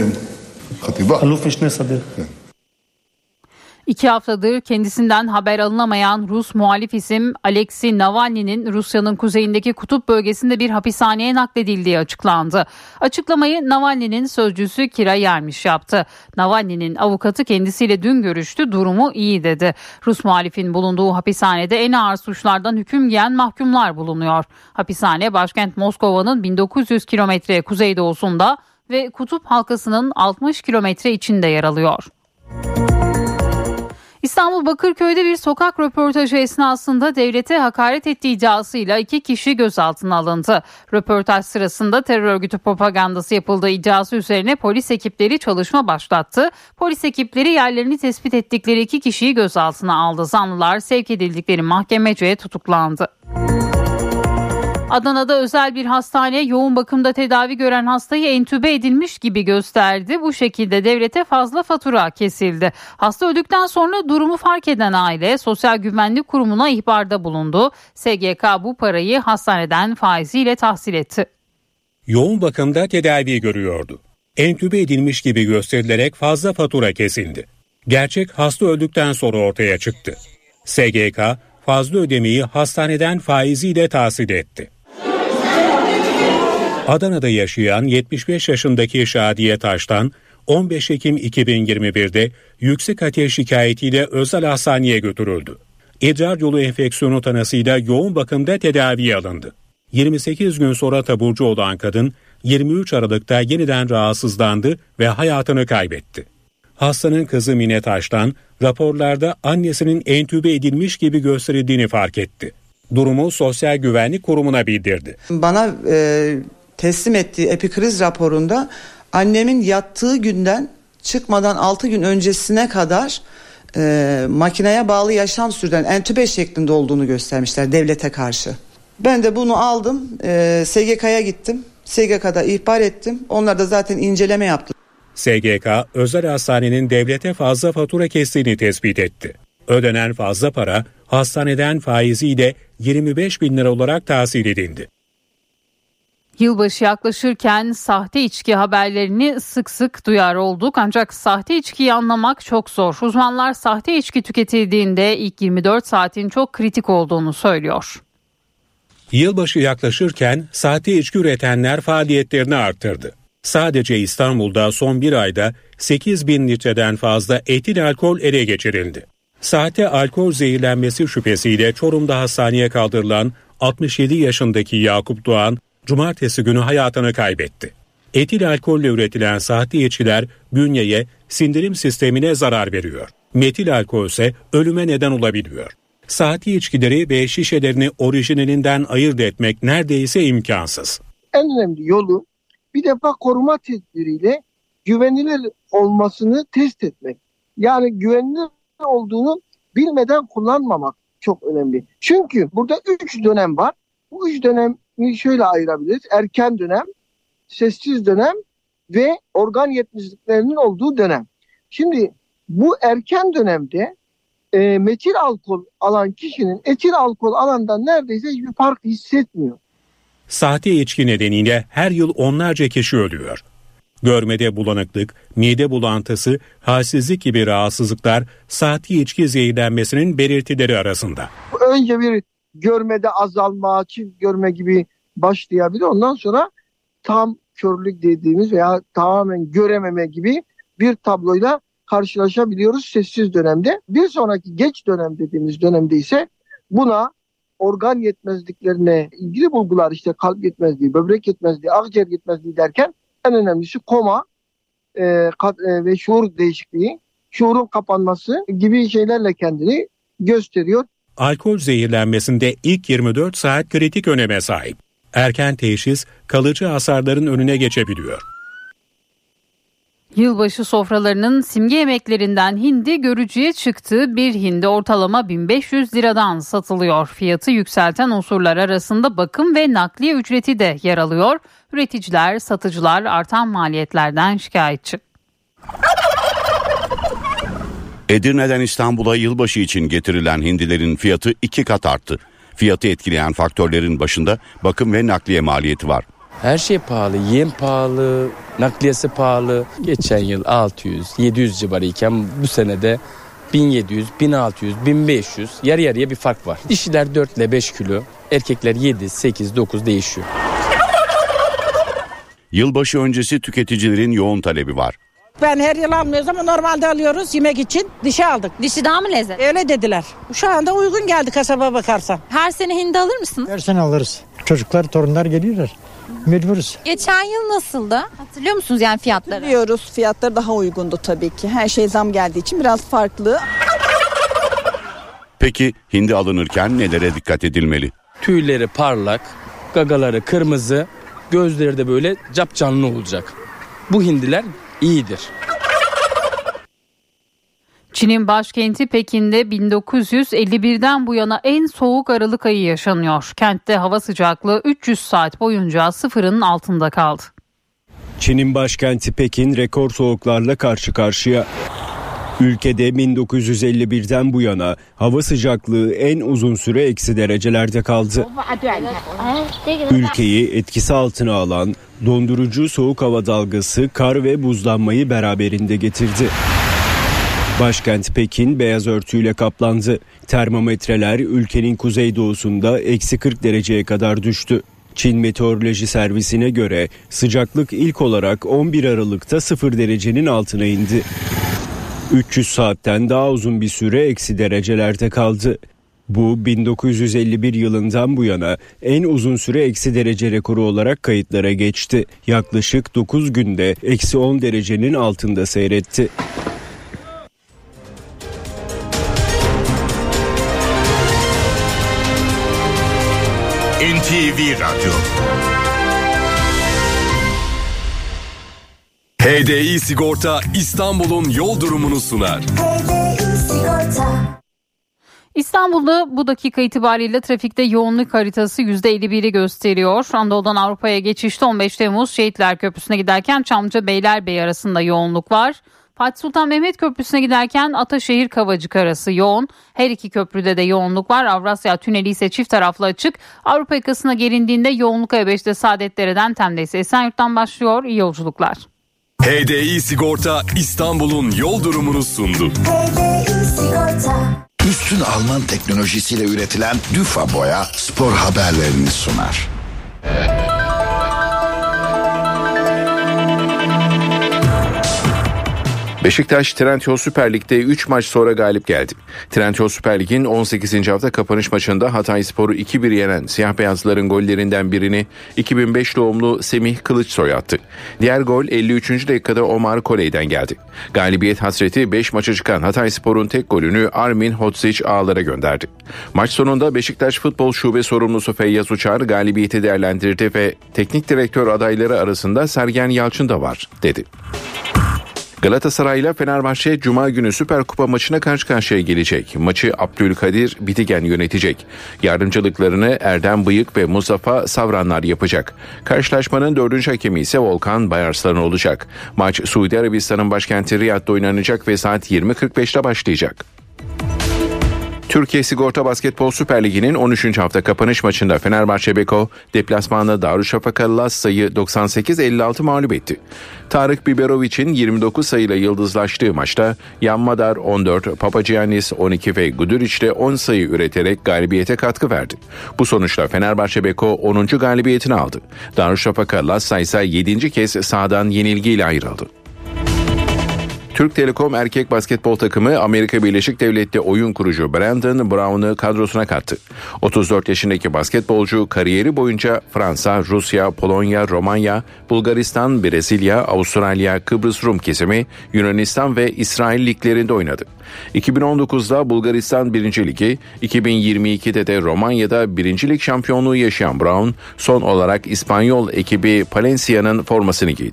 2 haftadır kendisinden haber alınamayan Rus muhalif isim Alexei Navalny'nin Rusya'nın kuzeyindeki kutup bölgesinde bir hapishaneye nakledildiği açıklandı. Açıklamayı Navalny'nin sözcüsü Kira Yermiş yaptı. Navalny'nin avukatı kendisiyle dün görüştü, durumu iyi dedi. Rus muhalifin bulunduğu hapishanede en ağır suçlardan hüküm giyen mahkumlar bulunuyor. Hapishane başkent Moskova'nın 1900 kilometre kuzeydoğusunda ve kutup halkasının 60 kilometre içinde yer alıyor. İstanbul Bakırköy'de bir sokak röportajı esnasında devlete hakaret ettiği iddiasıyla 2 kişi gözaltına alındı. Röportaj sırasında terör örgütü propagandası yapıldığı iddiası üzerine polis ekipleri çalışma başlattı. Polis ekipleri yerlerini tespit ettikleri 2 kişiyi gözaltına aldı. Zanlılar sevk edildikleri mahkemece tutuklandı. Adana'da özel bir hastane yoğun bakımda tedavi gören hastayı entübe edilmiş gibi gösterdi. Bu şekilde devlete fazla fatura kesildi. Hasta öldükten sonra durumu fark eden aile Sosyal Güvenlik Kurumu'na ihbarda bulundu. SGK bu parayı hastaneden faiziyle tahsil etti. Yoğun bakımda tedavi görüyordu. Entübe edilmiş gibi gösterilerek fazla fatura kesildi. Gerçek hasta öldükten sonra ortaya çıktı. SGK fazla ödemeyi hastaneden faiziyle tahsil etti. Adana'da yaşayan 75 yaşındaki Şadiye Taş'tan 15 Ekim 2021'de yüksek ateş şikayetiyle özel hastaneye götürüldü. İdrar yolu enfeksiyonu tanısıyla yoğun bakımda tedaviye alındı. 28 gün sonra taburcu olan kadın 23 Aralık'ta yeniden rahatsızlandı ve hayatını kaybetti. Hastanın kızı Mine Taş'tan raporlarda annesinin entübe edilmiş gibi gösterildiğini fark etti. Durumu Sosyal Güvenlik Kurumu'na bildirdi. Bana teslim ettiği epikriz raporunda annemin yattığı günden çıkmadan 6 gün öncesine kadar makineye bağlı yaşam sürdüren entübe şeklinde olduğunu göstermişler devlete karşı. Ben de bunu aldım, SGK'ya gittim. SGK'da ihbar ettim. Onlar da zaten inceleme yaptı. SGK, özel hastanenin devlete fazla fatura kestiğini tespit etti. Ödenen fazla para hastaneden faiziyle 25 bin lira olarak tahsil edildi. Yılbaşı yaklaşırken sahte içki haberlerini sık sık duyar olduk. Ancak sahte içkiyi anlamak çok zor. Uzmanlar sahte içki tüketildiğinde ilk 24 saatin çok kritik olduğunu söylüyor. Yılbaşı yaklaşırken sahte içki üretenler faaliyetlerini arttırdı. Sadece İstanbul'da son bir ayda 8 bin litreden fazla etil alkol ele geçirildi. Sahte alkol zehirlenmesi şüphesiyle Çorum'da hastaneye kaldırılan 67 yaşındaki Yakup Doğan, cumartesi günü hayatını kaybetti. Etil alkolle üretilen sahte içkiler bünyeye, sindirim sistemine zarar veriyor. Metil alkol ise ölüme neden olabiliyor. Sahte içkileri ve şişelerini orijinalinden ayırt etmek neredeyse imkansız. En önemli yolu bir defa koruma tedbiriyle güvenilir olmasını test etmek. Yani güvenilir olduğunu bilmeden kullanmamak çok önemli. Çünkü burada 3 dönem var. Bu 3 dönemi şöyle ayırabiliriz. Erken dönem, sessiz dönem ve organ yetmezliklerinin olduğu dönem. Şimdi bu erken dönemde metil alkol alan kişinin etil alkol alandan neredeyse hiçbir fark hissetmiyor. Sahte içki nedeniyle her yıl onlarca kişi ölüyor. Görmede bulanıklık, mide bulantısı, halsizlik gibi rahatsızlıklar sahte içki zehirlenmesinin belirtileri arasında. Önce bir görmede azalma, çift görme gibi başlayabilir. Ondan sonra tam körlük dediğimiz veya tamamen görememe gibi bir tabloyla karşılaşabiliyoruz sessiz dönemde. Bir sonraki geç dönem dediğimiz dönemde ise buna organ yetmezliklerine ilgili bulgular, işte kalp yetmezliği, böbrek yetmezliği, akciğer yetmezliği derken en önemlisi koma ve şuur değişikliği, şuurun kapanması gibi şeylerle kendini gösteriyor. Alkol zehirlenmesinde ilk 24 saat kritik öneme sahip. Erken teşhis kalıcı hasarların önüne geçebiliyor. Yılbaşı sofralarının simge yemeklerinden hindi görücüye çıktı. Bir hindi ortalama 1500 liradan satılıyor. Fiyatı yükselten unsurlar arasında bakım ve nakliye ücreti de yer alıyor. Üreticiler, satıcılar artan maliyetlerden şikayetçi. Edirne'den İstanbul'a yılbaşı için getirilen hindilerin fiyatı 2 kat arttı. Fiyatı etkileyen faktörlerin başında bakım ve nakliye maliyeti var. Her şey pahalı, yem pahalı, nakliyesi pahalı. Geçen yıl 600-700 civarıyken bu senede 1700, 1600, 1500 yarı yarıya bir fark var. Dişiler 4 ile 5 kilo, erkekler 7, 8, 9 değişiyor. Yılbaşı öncesi tüketicilerin yoğun talebi var. Ben her yıl almıyoruz ama normalde alıyoruz yemek için. Dişi aldık. Dişi daha mı lezzetli? Öyle dediler. Şu anda uygun geldi kasaba bakarsan. Her sene hindi alır mısınız? Her sene alırız. Çocuklar, torunlar geliyorlar. Mecburuz. Geçen yıl nasıldı? Hatırlıyor musunuz yani fiyatları? Biliyoruz. Fiyatları daha uygundu tabii ki. Her şey zam geldiği için biraz farklı. Peki hindi alınırken nelere dikkat edilmeli? Tüyleri parlak, gagaları kırmızı, gözleri de böyle capcanlı olacak. Bu hindiler iyidir. Çin'in başkenti Pekin'de 1951'den bu yana en soğuk Aralık ayı yaşanıyor. Kentte hava sıcaklığı 300 saat boyunca sıfırın altında kaldı. Çin'in başkenti Pekin rekor soğuklarla karşı karşıya. Ülkede 1951'den bu yana hava sıcaklığı en uzun süre eksi derecelerde kaldı. Ülkeyi etkisi altına alan dondurucu soğuk hava dalgası kar ve buzlanmayı beraberinde getirdi. Başkent Pekin beyaz örtüyle kaplandı. Termometreler ülkenin kuzeydoğusunda eksi 40 dereceye kadar düştü. Çin Meteoroloji Servisi'ne göre sıcaklık ilk olarak 11 Aralık'ta 0 derecenin altına indi. 300 saatten daha uzun bir süre eksi derecelerde kaldı. Bu 1951 yılından bu yana en uzun süre eksi derece rekoru olarak kayıtlara geçti. Yaklaşık 9 günde eksi 10 derecenin altında seyretti. NTV Radyo. HDI Sigorta İstanbul'un yol durumunu sunar. İstanbul'da bu dakika itibariyle trafikte yoğunluk haritası %51'i gösteriyor. Anadolu'dan Avrupa'ya geçişte 15 Temmuz Şehitler Köprüsü'ne giderken Çamlıca Beylerbeyi arasında yoğunluk var. Fatih Sultan Mehmet Köprüsü'ne giderken Ataşehir Kavacık arası yoğun. Her iki köprüde de yoğunluk var. Avrasya Tüneli ise çift taraflı açık. Avrupa yakasına gelindiğinde yoğunluk A5'te Saadetdere'den Tem'de ise Esenyurt'tan başlıyor. İyi yolculuklar. HDI Sigorta İstanbul'un yol durumunu sundu. HDI Sigorta. Üstün Alman teknolojisiyle üretilen Düfa Boya spor haberlerini sunar. Beşiktaş Trendyol Süper Lig'de 3 maç sonra galip geldi. Trendyol Süper Lig'in 18. hafta kapanış maçında Hatayspor'u 2-1 yenen siyah beyazlıların gollerinden birini 2005 doğumlu Semih Kılıçsoy attı. Diğer gol 53. dakikada Omar Koley'den geldi. Galibiyet hasreti 5 maça çıkan Hatayspor'un tek golünü Armin Hodzic ağlara gönderdi. Maç sonunda Beşiktaş Futbol Şube sorumlusu Feyyaz Uçar galibiyeti değerlendirdi ve teknik direktör adayları arasında Sergen Yalçın da var dedi. Galatasaray ile Fenerbahçe Cuma günü Süper Kupa maçına karşı karşıya gelecek. Maçı Abdülkadir Bitigen yönetecek. Yardımcılıklarını Erdem Bıyık ve Mustafa Savranlar yapacak. Karşılaşmanın 4. hakemi ise Volkan Bayarslan olacak. Maç Suudi Arabistan'ın başkenti Riyad'da oynanacak ve saat 20.45'te başlayacak. Türkiye Sigorta Basketbol Süper Ligi'nin 13. hafta kapanış maçında Fenerbahçe Beko deplasmanda Darüşşafaka Lassa'yı 98-56 mağlup etti. Tarık Biberovic'in 29 sayıyla yıldızlaştığı maçta Yan Madar 14, Papagiannis 12 ve Guduric de 10 sayı üreterek galibiyete katkı verdi. Bu sonuçla Fenerbahçe Beko 10. galibiyetini aldı. Darüşşafaka Lassa ise 7. kez sahadan yenilgiyle ayrıldı. Türk Telekom erkek basketbol takımı Amerika Birleşik Devletleri oyun kurucu Brandon Brown'u kadrosuna kattı. 34 yaşındaki basketbolcu kariyeri boyunca Fransa, Rusya, Polonya, Romanya, Bulgaristan, Brezilya, Avustralya, Kıbrıs Rum kesimi, Yunanistan ve İsrail liglerinde oynadı. 2019'da Bulgaristan 1. Ligi, 2022'de de Romanya'da 1. Lig şampiyonluğu yaşayan Brown, son olarak İspanyol ekibi Palencia'nın formasını giydi.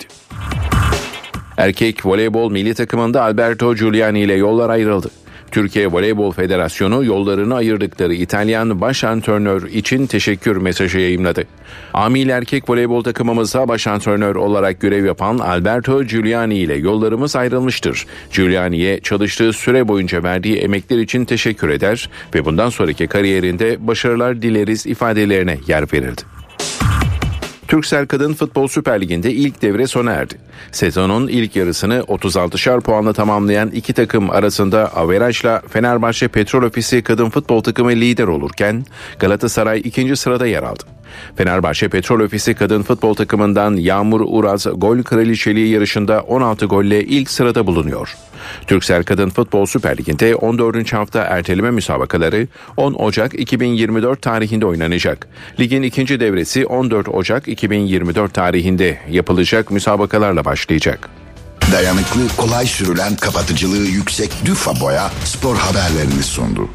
Erkek voleybol milli takımında Alberto Giuliani ile yollar ayrıldı. Türkiye Voleybol Federasyonu yollarını ayırdıkları İtalyan baş antrenör için teşekkür mesajı yayımladı. Amil erkek voleybol takımımıza baş antrenör olarak görev yapan Alberto Giuliani ile yollarımız ayrılmıştır. Giuliani'ye çalıştığı süre boyunca verdiği emekler için teşekkür eder ve bundan sonraki kariyerinde başarılar dileriz ifadelerine yer verildi. Turkcell Kadın Futbol Süper Ligi'nde ilk devre sona erdi. Sezonun ilk yarısını 36'şar puanla tamamlayan iki takım arasında averajla Fenerbahçe Petrol Ofisi Kadın Futbol takımı lider olurken Galatasaray 2. sırada yer aldı. Fenerbahçe Petrol Ofisi Kadın Futbol takımından Yağmur Uraz gol kraliçeliği yarışında 16 golle ilk sırada bulunuyor. Turkcell Kadın Futbol Süper Ligi'nde 14. hafta erteleme müsabakaları 10 Ocak 2024 tarihinde oynanacak. Ligin ikinci devresi 14 Ocak 2024 tarihinde yapılacak müsabakalarla başlayacak. Dayanıklı, kolay sürülen, kapatıcılığı yüksek Düfa Boya spor haberlerini sundu.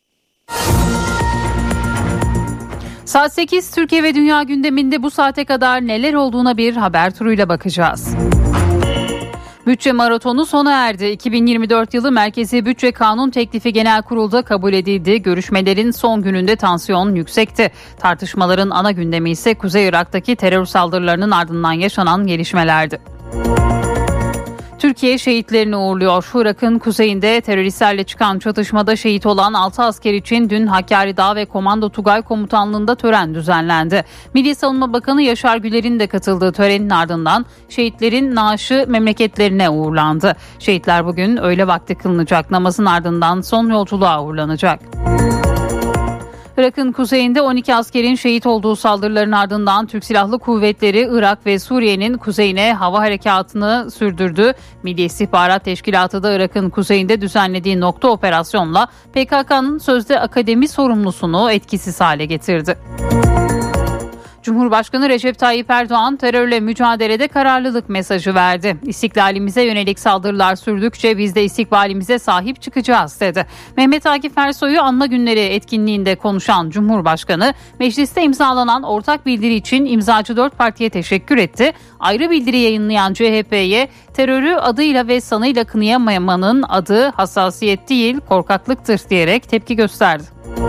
Saat 8 Türkiye ve Dünya gündeminde bu saate kadar neler olduğuna bir haber turuyla bakacağız. Bütçe maratonu sona erdi. 2024 yılı Merkezi Bütçe Kanun Teklifi Genel Kurul'da kabul edildi. Görüşmelerin son gününde tansiyon yüksekti. Tartışmaların ana gündemi ise Kuzey Irak'taki terör saldırılarının ardından yaşanan gelişmelerdi. Türkiye şehitlerini uğurluyor. Irak'ın kuzeyinde teröristlerle çıkan çatışmada şehit olan 6 asker için dün Hakkari Dağ ve Komando Tugay Komutanlığı'nda tören düzenlendi. Milli Savunma Bakanı Yaşar Güler'in de katıldığı törenin ardından şehitlerin naaşı memleketlerine uğurlandı. Şehitler bugün öğle vakti kılınacak namazın ardından son yolculuğa uğurlanacak. Irak'ın kuzeyinde 12 askerin şehit olduğu saldırıların ardından Türk Silahlı Kuvvetleri Irak ve Suriye'nin kuzeyine hava harekatını sürdürdü. Milli İstihbarat Teşkilatı da Irak'ın kuzeyinde düzenlediği nokta operasyonla PKK'nın sözde akademi sorumlusunu etkisiz hale getirdi. Cumhurbaşkanı Recep Tayyip Erdoğan terörle mücadelede kararlılık mesajı verdi. İstiklalimize yönelik saldırılar sürdükçe biz de istikbalimize sahip çıkacağız dedi. Mehmet Akif Ersoy'u anma günleri etkinliğinde konuşan Cumhurbaşkanı mecliste imzalanan ortak bildiri için imzacı 4 partiye teşekkür etti. Ayrı bildiri yayınlayan CHP'ye terörü adıyla ve sanıyla kınayamamanın adı hassasiyet değil korkaklıktır diyerek tepki gösterdi.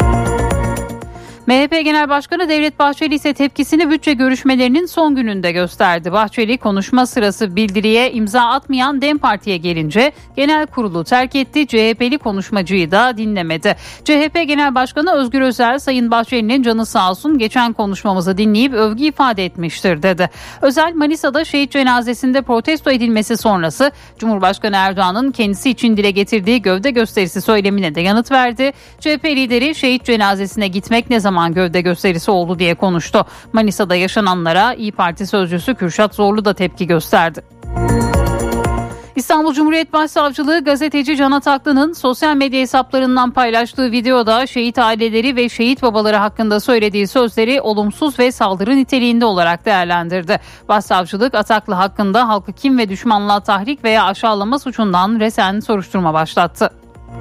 MHP Genel Başkanı Devlet Bahçeli ise tepkisini bütçe görüşmelerinin son gününde gösterdi. Bahçeli konuşma sırası bildiriye imza atmayan DEM Parti'ye gelince genel kurulu terk etti. CHP'li konuşmacıyı da dinlemedi. CHP Genel Başkanı Özgür Özel, Sayın Bahçeli'nin canı sağ olsun geçen konuşmamızı dinleyip övgü ifade etmiştir dedi. Özel, Manisa'da şehit cenazesinde protesto edilmesi sonrası Cumhurbaşkanı Erdoğan'ın kendisi için dile getirdiği gövde gösterisi söylemine de yanıt verdi. CHP lideri şehit cenazesine gitmek ne zaman gövde gösterisi oldu diye konuştu. Manisa'da yaşananlara İYİ Parti sözcüsü Kürşat Zorlu da tepki gösterdi. İstanbul Cumhuriyet Başsavcılığı gazeteci Can Ataklı'nın sosyal medya hesaplarından paylaştığı videoda şehit aileleri ve şehit babaları hakkında söylediği sözleri olumsuz ve saldırı niteliğinde olarak değerlendirdi. Başsavcılık Ataklı hakkında halkı kin ve düşmanlığa tahrik veya aşağılama suçundan resen soruşturma başlattı.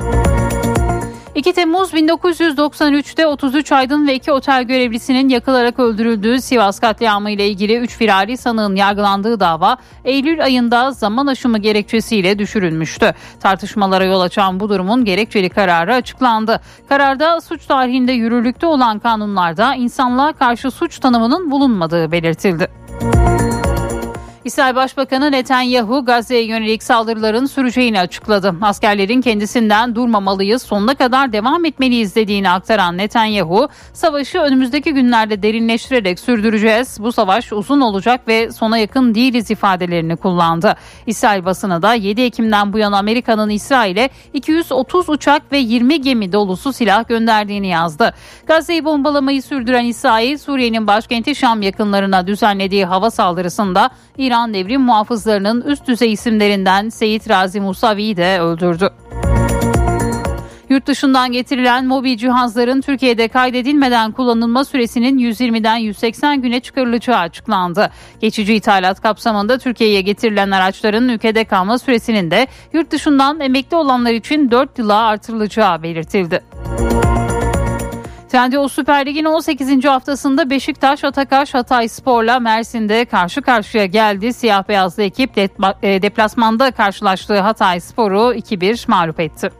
2 Temmuz 1993'te 33 aydın ve 2 otel görevlisinin yakılarak öldürüldüğü Sivas katliamı ile ilgili 3 firari sanığın yargılandığı dava Eylül ayında zaman aşımı gerekçesiyle düşürülmüştü. Tartışmalara yol açan bu durumun gerekçeli kararı açıklandı. Kararda suç tarihinde yürürlükte olan kanunlarda insanlığa karşı suç tanımının bulunmadığı belirtildi. İsrail Başbakanı Netanyahu Gazze'ye yönelik saldırıların süreceğini açıkladı. Askerlerin kendisinden durmamalıyız, sonuna kadar devam etmeliyiz dediğini aktaran Netanyahu, savaşı önümüzdeki günlerde derinleştirerek sürdüreceğiz. Bu savaş uzun olacak ve sona yakın değiliz ifadelerini kullandı. İsrail basını da 7 Ekim'den bu yana Amerika'nın İsrail'e 230 uçak ve 20 gemi dolusu silah gönderdiğini yazdı. Gazze'yi bombalamayı sürdüren İsrail, Suriye'nin başkenti Şam yakınlarına düzenlediği hava saldırısında İran devrim muhafızlarının üst düzey isimlerinden Seyit Razi Musavi'yi de öldürdü. Yurt dışından getirilen mobil cihazların Türkiye'de kaydedilmeden kullanılma süresinin 120'den 180 güne çıkarılacağı açıklandı. Geçici ithalat kapsamında Türkiye'ye getirilen araçların ülkede kalma süresinin de yurt dışından emekli olanlar için 4 yıla artırılacağı belirtildi. Trendyol Süper Lig'in 18. haftasında Beşiktaş, Atakaş, Hatayspor'la Mersin'de karşı karşıya geldi. Siyah beyazlı ekip deplasmanda karşılaştığı Hatayspor'u 2-1 mağlup etti.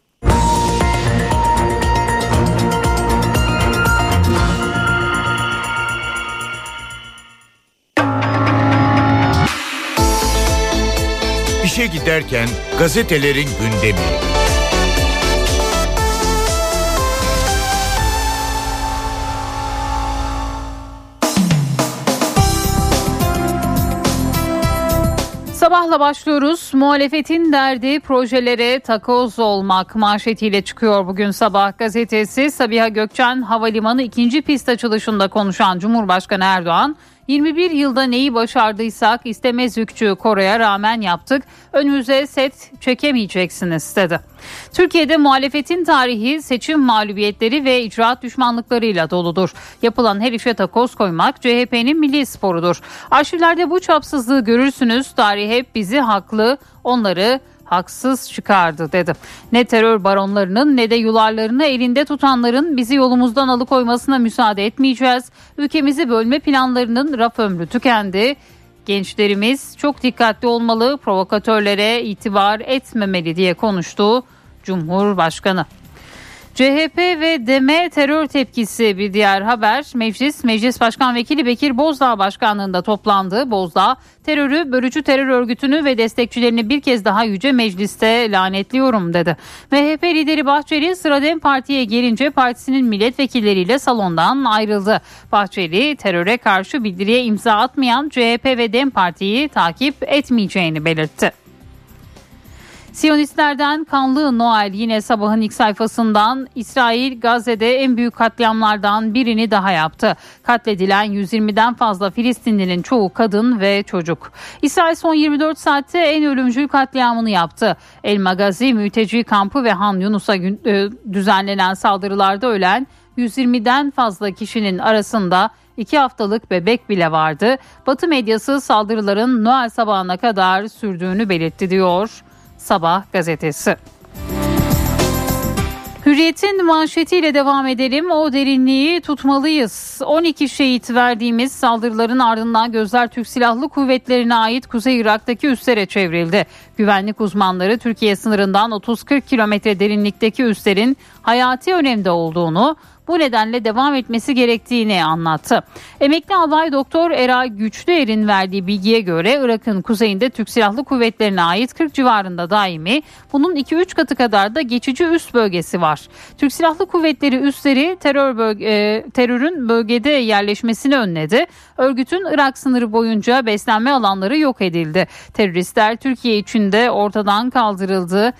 İşe giderken gazetelerin gündemi. Sabahla başlıyoruz. Muhalefetin derdi projelere takoz olmak manşetiyle çıkıyor bugün Sabah gazetesi. Sabiha Gökçen Havalimanı 2. pist açılışında konuşan Cumhurbaşkanı Erdoğan, 21 yılda neyi başardıysak istemezlikçü Kore'ye rağmen yaptık. Önümüze set çekemeyeceksiniz dedi. Türkiye'de muhalefetin tarihi seçim mağlubiyetleri ve icraat düşmanlıklarıyla doludur. Yapılan her işe takoz koymak CHP'nin milli sporudur. Arşivlerde bu çapsızlığı görürsünüz. Tarih hep bizi haklı, onları haksız çıkardı dedi. Ne terör baronlarının ne de yularlarını elinde tutanların bizi yolumuzdan alıkoymasına müsaade etmeyeceğiz. Ülkemizi bölme planlarının raf ömrü tükendi. Gençlerimiz çok dikkatli olmalı, provokatörlere itibar etmemeli diye konuştu Cumhurbaşkanı. CHP ve DEM'e terör tepkisi bir diğer haber. Meclis Başkan Vekili Bekir Bozdağ başkanlığında toplandı. Bozdağ, terörü, bölücü terör örgütünü ve destekçilerini bir kez daha Yüce Meclis'te lanetliyorum dedi. MHP lideri Bahçeli sıra DEM Parti'ye gelince partisinin milletvekilleriyle salondan ayrıldı. Bahçeli, teröre karşı bildiriye imza atmayan CHP ve DEM Parti'yi takip etmeyeceğini belirtti. Siyonistlerden kanlı Noel yine sabahın ilk sayfasından İsrail Gazze'de en büyük katliamlardan birini daha yaptı. Katledilen 120'den fazla Filistinlinin çoğu kadın ve çocuk. İsrail son 24 saatte en ölümcül katliamını yaptı. El Magazi mülteci kampı ve Han Yunus'a düzenlenen saldırılarda ölen 120'den fazla kişinin arasında 2 haftalık bebek bile vardı. Batı medyası saldırıların Noel sabahına kadar sürdüğünü belirtti diyor Sabah gazetesi. Hürriyet'in manşetiyle devam edelim. O derinliği tutmalıyız. 12 şehit verdiğimiz saldırıların ardından gözler Türk Silahlı Kuvvetleri'ne ait Kuzey Irak'taki üslere çevrildi. Güvenlik uzmanları Türkiye sınırından 30-40 kilometre derinlikteki üslerin hayati önemde olduğunu, bu nedenle devam etmesi gerektiğini anlattı. Emekli albay Doktor Eray Güçlüer'in verdiği bilgiye göre Irak'ın kuzeyinde Türk Silahlı Kuvvetleri'ne ait 40 civarında daimi, bunun 2-3 katı kadar da geçici üs bölgesi var. Türk Silahlı Kuvvetleri üsleri terörün bölgede yerleşmesini önledi. Örgütün Irak sınırı boyunca beslenme alanları yok edildi. Teröristler Türkiye içinde ortadan kaldırıldı.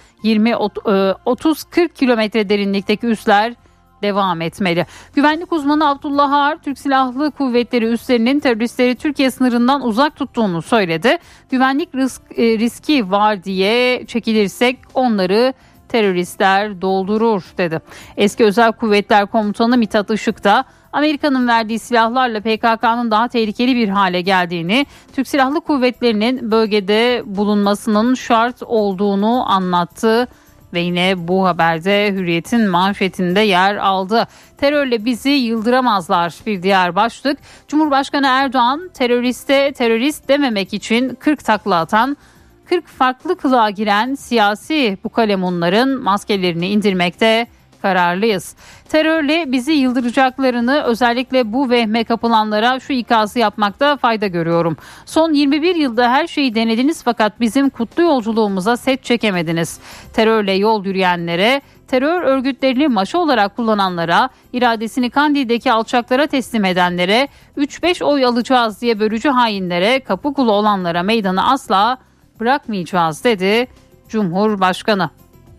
20-30-40 kilometre derinlikteki üsler devam etmeli. Güvenlik uzmanı Abdullah Ağar, Türk Silahlı Kuvvetleri üslerinin teröristleri Türkiye sınırından uzak tuttuğunu söyledi. Güvenlik riski var diye çekilirsek onları teröristler doldurur dedi. Eski Özel Kuvvetler Komutanı Mithat Işık da Amerika'nın verdiği silahlarla PKK'nın daha tehlikeli bir hale geldiğini, Türk Silahlı Kuvvetleri'nin bölgede bulunmasının şart olduğunu anlattı. Ve yine bu haberde Hürriyet'in manşetinde yer aldı. Terörle bizi yıldıramazlar bir diğer başlık. Cumhurbaşkanı Erdoğan teröriste terörist dememek için 40 takla atan, 40 farklı kılığa giren siyasi bukalemunların maskelerini indirmekte kararlıyız. Terörle bizi yıldıracaklarını, özellikle bu vehme kapılanlara şu ikazı yapmakta fayda görüyorum. Son 21 yılda her şeyi denediniz fakat bizim kutlu yolculuğumuza set çekemediniz. Terörle yol yürüyenlere, terör örgütlerini maşa olarak kullananlara, iradesini Kandil'deki alçaklara teslim edenlere, 3-5 oy alacağız diye bölücü hainlere, kapı kulu olanlara meydanı asla bırakmayacağız dedi Cumhurbaşkanı.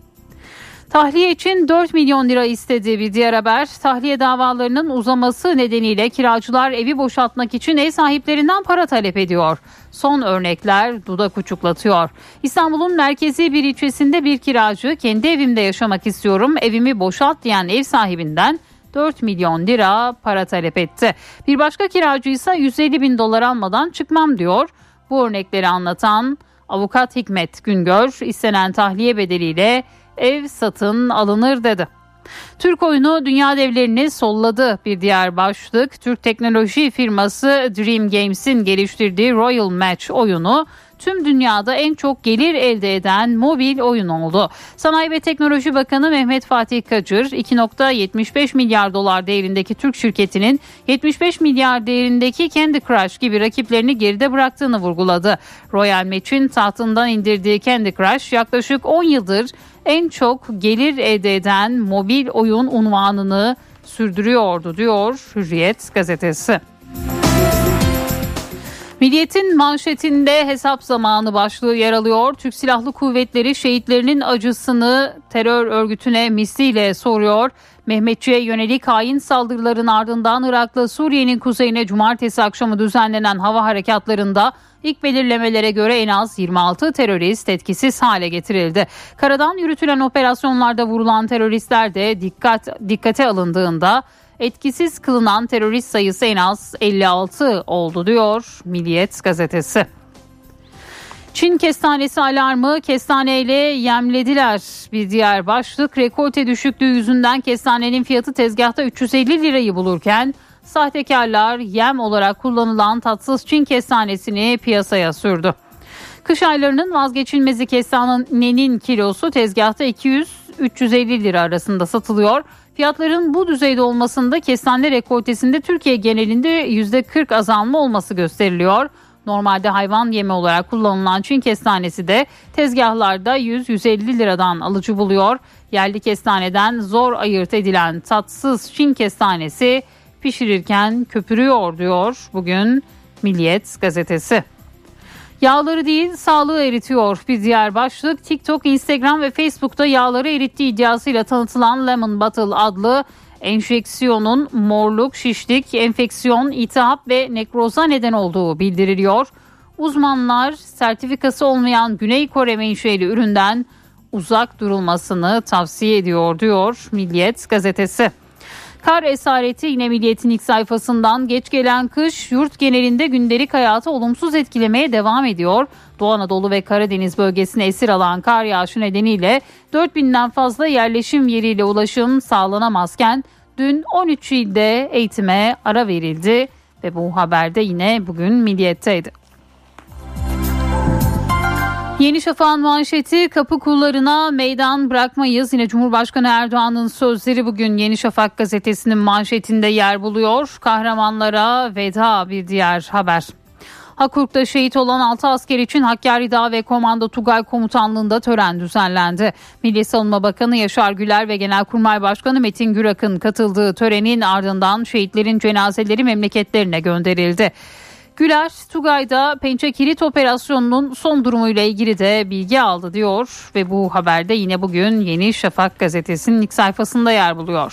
Tahliye için 4 milyon lira istediği bir diğer haber. Tahliye davalarının uzaması nedeniyle kiracılar evi boşaltmak için ev sahiplerinden para talep ediyor. Son örnekler dudak uçuklatıyor. İstanbul'un merkezi bir ilçesinde bir kiracı kendi evimde yaşamak istiyorum, evimi boşalt diyen ev sahibinden 4 milyon lira para talep etti. Bir başka kiracı ise 150 bin dolar almadan çıkmam diyor. Bu örnekleri anlatan avukat Hikmet Güngör, istenen tahliye bedeliyle ev satın alınır dedi. Türk oyunu dünya devlerini solladı bir diğer başlık. Türk teknoloji firması Dream Games'in geliştirdiği Royal Match oyunu tüm dünyada en çok gelir elde eden mobil oyun oldu. Sanayi ve Teknoloji Bakanı Mehmet Fatih Kacır 2.75 milyar dolar değerindeki Türk şirketinin 75 milyar değerindeki Candy Crush gibi rakiplerini geride bıraktığını vurguladı. Royal Match'in tahtından indirdiği Candy Crush yaklaşık 10 yıldır en çok gelir elde eden mobil oyun unvanını sürdürüyordu diyor Hürriyet gazetesi. Milliyet'in manşetinde hesap zamanı başlığı yer alıyor. Türk Silahlı Kuvvetleri şehitlerinin acısını terör örgütüne misliyle soruyor. Mehmetçiğe yönelik hain saldırıların ardından Irak'la Suriye'nin kuzeyine cumartesi akşamı düzenlenen hava harekatlarında ilk belirlemelere göre en az 26 terörist etkisiz hale getirildi. Karadan yürütülen operasyonlarda vurulan teröristler de dikkate alındığında etkisiz kılınan terörist sayısı en az 56 oldu diyor Milliyet gazetesi. Çin kestanesi alarmı, kestaneyle yemlediler bir diğer başlık. Rekolte düşüklüğü yüzünden kestanenin fiyatı tezgahta 350 lirayı bulurken sahtekarlar yem olarak kullanılan tatsız Çin kestanesini piyasaya sürdü. Kış aylarının vazgeçilmezi kestanenin kilosu tezgahta 200-350 lira arasında satılıyor. Fiyatların bu düzeyde olmasında kestane rekoltesinde Türkiye genelinde %40 azalma olması gösteriliyor. Normalde hayvan yemi olarak kullanılan Çin kestanesi de tezgahlarda 100-150 liradan alıcı buluyor. Yerli kestaneden zor ayırt edilen tatsız Çin kestanesi pişirirken köpürüyor diyor bugün Milliyet gazetesi. Yağları değil sağlığı eritiyor bir diğer başlık. TikTok, Instagram ve Facebook'ta yağları erittiği iddiasıyla tanıtılan Lemon Bottle adlı enjeksiyonun morluk, şişlik, enfeksiyon, iltihap ve nekroza neden olduğu bildiriliyor. Uzmanlar sertifikası olmayan Güney Kore menşeli üründen uzak durulmasını tavsiye ediyor diyor Milliyet gazetesi. Kar esareti yine Milliyet'in ilk sayfasından. Geç gelen kış yurt genelinde gündelik hayatı olumsuz etkilemeye devam ediyor. Doğu Anadolu ve Karadeniz bölgesine esir alan kar yağışı nedeniyle 4000'den fazla yerleşim yeriyle ulaşım sağlanamazken dün 13 ilde eğitime ara verildi ve bu haberde yine bugün Milliyet'teydi. Yeni Şafak'ın manşeti kapı kullarına meydan bırakmayız. Yine Cumhurbaşkanı Erdoğan'ın sözleri bugün Yeni Şafak gazetesinin manşetinde yer buluyor. Kahramanlara veda bir diğer haber. Hakurk'ta şehit olan 6 asker için Hakkari Dağı ve Komando Tugay Komutanlığı'nda tören düzenlendi. Milli Savunma Bakanı Yaşar Güler ve Genelkurmay Başkanı Metin Gürak'ın katıldığı törenin ardından şehitlerin cenazeleri memleketlerine gönderildi. Güler, Tugay'da Pençe Kilit Operasyonu'nun son durumuyla ilgili de bilgi aldı diyor ve bu haberde yine bugün Yeni Şafak gazetesinin ilk sayfasında yer buluyor.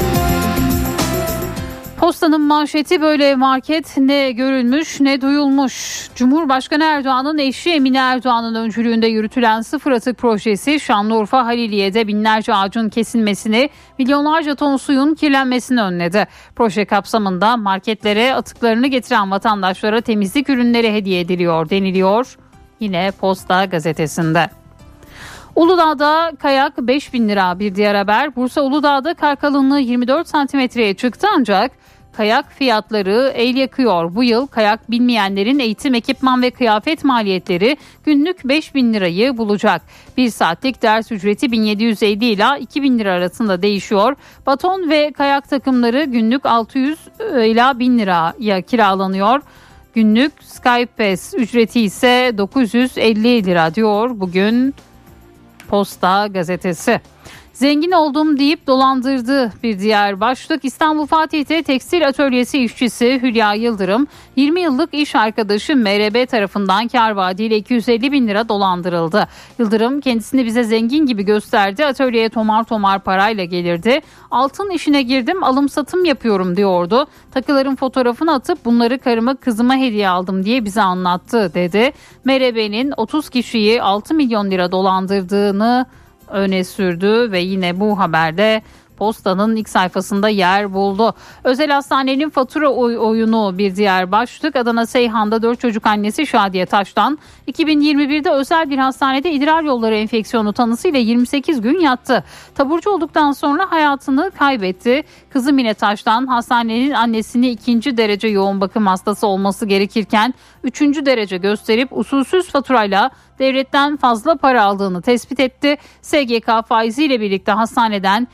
Postanın manşeti böyle market ne görülmüş ne duyulmuş. Cumhurbaşkanı Erdoğan'ın eşi Emine Erdoğan'ın öncülüğünde yürütülen sıfır atık projesi Şanlıurfa Haliliye'de binlerce ağacın kesilmesini, milyonlarca ton suyun kirlenmesini önledi. Proje kapsamında marketlere atıklarını getiren vatandaşlara temizlik ürünleri hediye ediliyor deniliyor. Yine Posta gazetesinde. Uludağ'da kayak 5.000 lira bir diğer haber. Bursa Uludağ'da kar kalınlığı 24 santimetreye çıktı ancak kayak fiyatları el yakıyor. Bu yıl kayak bilmeyenlerin eğitim, ekipman ve kıyafet maliyetleri günlük 5.000 lirayı bulacak. Bir saatlik ders ücreti 1750 ila 2.000 lira arasında değişiyor. Baton ve kayak takımları günlük 600 ila 1000 liraya kiralanıyor. Günlük Skypass ücreti ise 950 lira diyor bugün Posta gazetesi. Zengin oldum deyip dolandırdı bir diğer başlık. İstanbul Fatih'te tekstil atölyesi işçisi Hülya Yıldırım 20 yıllık iş arkadaşı MRB tarafından kar vaadiyle 250 bin lira dolandırıldı. Yıldırım kendisini bize zengin gibi gösterdi. Atölyeye tomar tomar parayla gelirdi. Altın işine girdim, alım satım yapıyorum diyordu. Takıların fotoğrafını atıp bunları karıma kızıma hediye aldım diye bize anlattı dedi. MRB'nin 30 kişiyi 6 milyon lira dolandırdığını öne sürdü ve yine bu haberde Posta'nın ilk sayfasında yer buldu. Özel hastanenin fatura oyunu bir diğer başlık. Adana Seyhan'da 4 çocuk annesi Şadiye Taş'tan 2021'de özel bir hastanede idrar yolları enfeksiyonu tanısıyla 28 gün yattı. Taburcu olduktan sonra hayatını kaybetti. Kızı Mine Taş'tan hastanenin annesini 2. derece yoğun bakım hastası olması gerekirken 3. derece gösterip usulsüz faturayla devletten fazla para aldığını tespit etti. SGK faiziyle birlikte hastaneden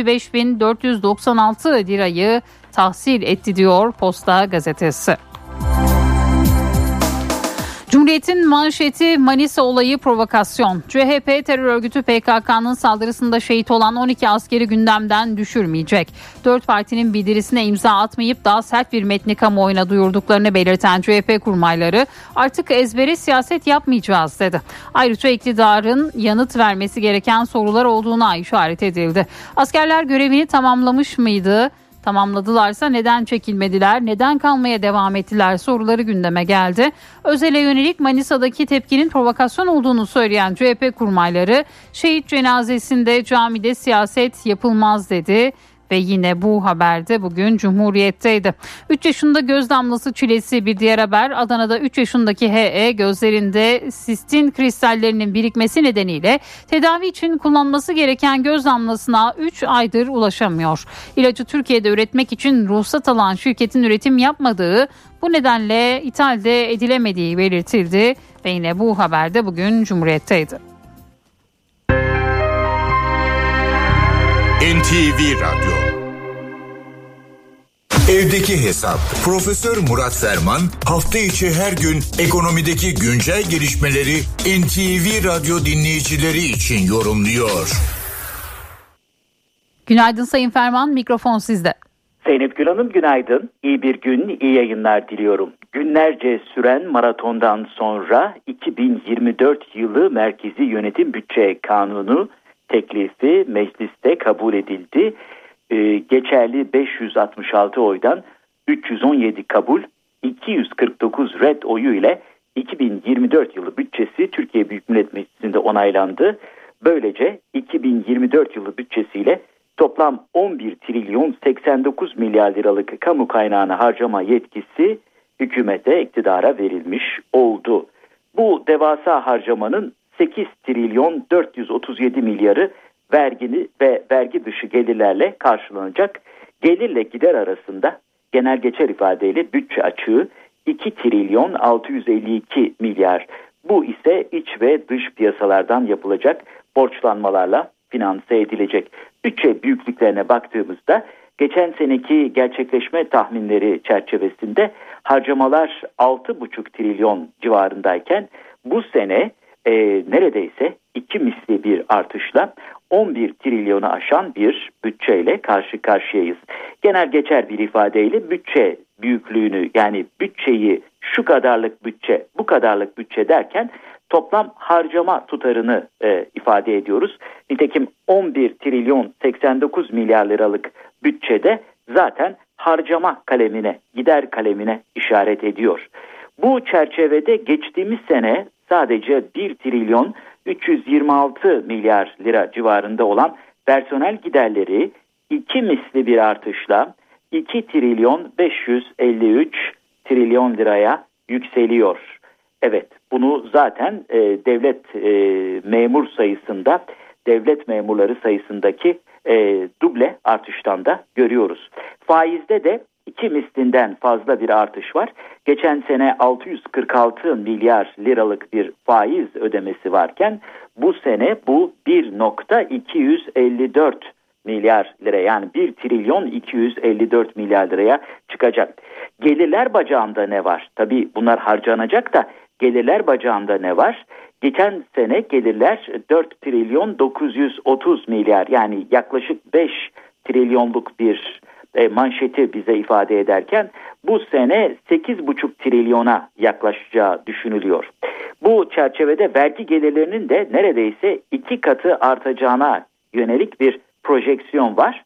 25.496 lirayı tahsil etti diyor Posta gazetesi. Cumhuriyet'in manşeti Manisa olayı provokasyon. CHP terör örgütü PKK'nın saldırısında şehit olan 12 askeri gündemden düşürmeyecek. 4 partinin bildirisine imza atmayıp daha sert bir metni kamuoyuna duyurduklarını belirten CHP kurmayları artık ezbere siyaset yapmayacağız dedi. Ayrıca iktidarın yanıt vermesi gereken sorular olduğuna işaret edildi. Askerler görevini tamamlamış mıydı? Tamamladılarsa neden çekilmediler, neden kalmaya devam ettiler soruları gündeme geldi. Özel'e yönelik Manisa'daki tepkinin provokasyon olduğunu söyleyen CHP kurmayları şehit cenazesinde camide siyaset yapılmaz dedi. Ve yine bu haberde bugün Cumhuriyet'teydi. 3 yaşında göz damlası çilesi bir diğer haber. Adana'da 3 yaşındaki HE gözlerinde sistin kristallerinin birikmesi nedeniyle tedavi için kullanması gereken göz damlasına 3 aydır ulaşamıyor. İlacı Türkiye'de üretmek için ruhsat alan şirketin üretim yapmadığı, bu nedenle ithal de edilemediği belirtildi. Ve yine bu haberde bugün Cumhuriyet'teydi. NTV Radyo. Evdeki Hesap. Profesör Murat Ferman hafta içi her gün ekonomideki güncel gelişmeleri NTV Radyo dinleyicileri için yorumluyor. Günaydın Sayın Ferman, mikrofon sizde. Zeynep Gül Hanım günaydın. İyi bir gün, iyi yayınlar diliyorum. Günlerce süren maratondan sonra 2024 yılı Merkezi Yönetim Bütçe Kanunu teklifi mecliste kabul edildi. Geçerli 566 oydan 317 kabul, 249 red oyu ile 2024 yılı bütçesi Türkiye Büyük Millet Meclisi'nde onaylandı. Böylece 2024 yılı bütçesiyle toplam 11 trilyon 89 milyar liralık kamu kaynağını harcama yetkisi hükümete, iktidara verilmiş oldu. Bu devasa harcamanın 8 trilyon 437 milyarı vergini ve vergi dışı gelirlerle karşılanacak. Gelirle gider arasında genel geçer ifadeyle bütçe açığı 2 trilyon 652 milyar. Bu ise iç ve dış piyasalardan yapılacak borçlanmalarla finanse edilecek. Bütçe büyüklüklerine baktığımızda geçen seneki gerçekleşme tahminleri çerçevesinde harcamalar 6,5 trilyon civarındayken bu sene neredeyse 2 misli bir artışla 11 trilyonu aşan bir bütçeyle karşı karşıyayız. Genel geçer bir ifadeyle bütçe büyüklüğünü, yani bütçeyi şu kadarlık bütçe, bu kadarlık bütçe derken toplam harcama tutarını ifade ediyoruz. Nitekim 11 trilyon 89 milyar liralık bütçede zaten harcama kalemine, gider kalemine işaret ediyor. Bu çerçevede geçtiğimiz sene sadece 1 trilyon 326 milyar lira civarında olan personel giderleri 2 misli bir artışla 2 trilyon 553 trilyon liraya yükseliyor. Evet, bunu zaten devlet memur sayısında, devlet memurları sayısındaki duble artıştan da görüyoruz. Faizde de 2 mislinden fazla bir artış var. Geçen sene 646 milyar liralık bir faiz ödemesi varken bu sene bu 1.254 milyar lira, yani 1 trilyon 254 milyar liraya çıkacak. Gelirler bacağında ne var? Tabii bunlar harcanacak da gelirler bacağında ne var? Geçen sene gelirler 4 trilyon 930 milyar, yani yaklaşık 5 trilyonluk bir manşeti bize ifade ederken bu sene 8,5 trilyona yaklaşacağı düşünülüyor. Bu çerçevede vergi gelirlerinin de neredeyse 2 katı artacağına yönelik bir projeksiyon var.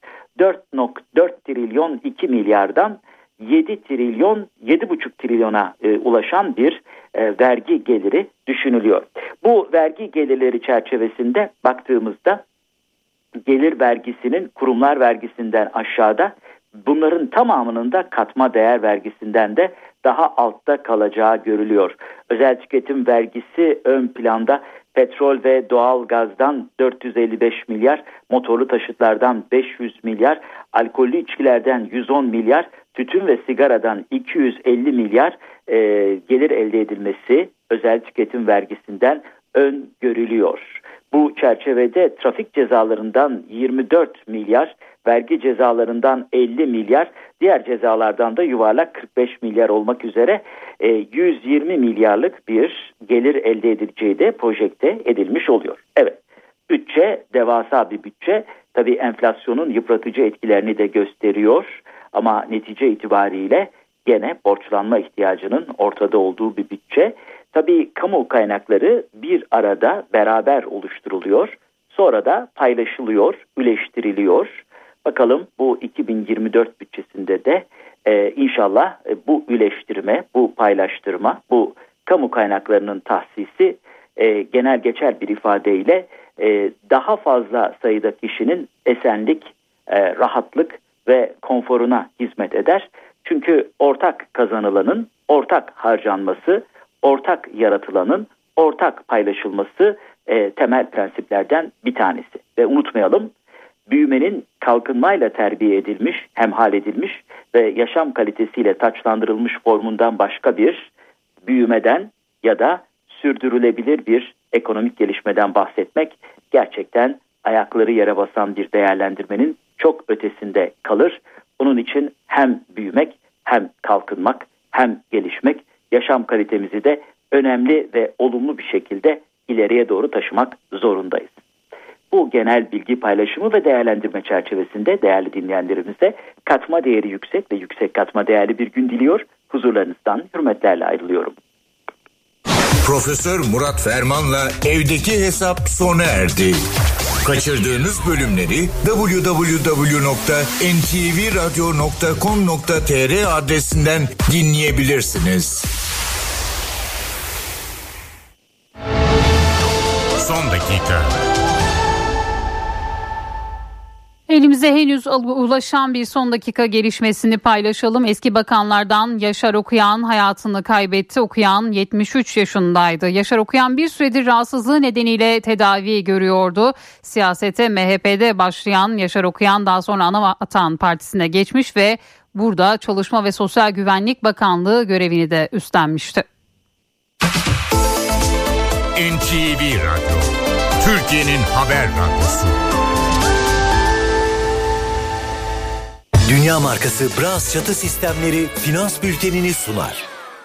4,4 trilyon 2 milyardan 7 trilyon 7,5 trilyona ulaşan bir vergi geliri düşünülüyor. Bu vergi gelirleri çerçevesinde baktığımızda gelir vergisinin kurumlar vergisinden aşağıda, bunların tamamının da katma değer vergisinden de daha altta kalacağı görülüyor. Özel tüketim vergisi ön planda, petrol ve doğal gazdan 455 milyar, motorlu taşıtlardan 500 milyar, alkollü içkilerden 110 milyar, tütün ve sigaradan 250 milyar gelir elde edilmesi özel tüketim vergisinden öngörülüyor. Bu çerçevede trafik cezalarından 24 milyar, vergi cezalarından 50 milyar, diğer cezalardan da yuvarlak 45 milyar olmak üzere 120 milyarlık bir gelir elde edileceği de projekte edilmiş oluyor. Evet, bütçe devasa bir bütçe. Tabii enflasyonun yıpratıcı etkilerini de gösteriyor ama netice itibariyle gene borçlanma ihtiyacının ortada olduğu bir bütçe. Tabii kamu kaynakları bir arada beraber oluşturuluyor, sonra da paylaşılıyor, üleştiriliyor. Bakalım bu 2024 bütçesinde de inşallah bu üleştirme, bu paylaştırma, bu kamu kaynaklarının tahsisi genel geçer bir ifadeyle daha fazla sayıda kişinin esenlik, rahatlık ve konforuna hizmet eder. Çünkü ortak kazanılanın ortak harcanması, ortak yaratılanın ortak paylaşılması temel prensiplerden bir tanesi. Ve unutmayalım, büyümenin kalkınmayla terbiye edilmiş, hemhal edilmiş ve yaşam kalitesiyle taçlandırılmış formundan başka bir büyümeden ya da sürdürülebilir bir ekonomik gelişmeden bahsetmek gerçekten ayakları yere basan bir değerlendirmenin çok ötesinde kalır. Onun için hem büyümek, hem kalkınmak, hem gelişmek, yaşam kalitemizi de önemli ve olumlu bir şekilde ileriye doğru taşımak zorundayız. Bu genel bilgi paylaşımı ve değerlendirme çerçevesinde değerli dinleyenlerimize katma değeri yüksek ve yüksek katma değerli bir gün diliyor. Huzurlarınızdan hürmetlerle ayrılıyorum. Profesör Murat Ferman'la evdeki hesap sona erdi. Kaçırdığınız bölümleri www.ntvradio.com.tr adresinden dinleyebilirsiniz. Son dakika. Elimize henüz ulaşan bir son dakika gelişmesini paylaşalım. Eski bakanlardan Yaşar Okuyan hayatını kaybetti. Okuyan 73 yaşındaydı. Yaşar Okuyan bir süredir rahatsızlığı nedeniyle tedavi görüyordu. Siyasete MHP'de başlayan Yaşar Okuyan daha sonra Anavatan Partisi'ne geçmiş ve burada Çalışma ve Sosyal Güvenlik Bakanlığı görevini de üstlenmişti. NTV Radyo, Türkiye'nin haber radyosu. Dünya markası Bras çatı sistemleri finans bültenini sunar.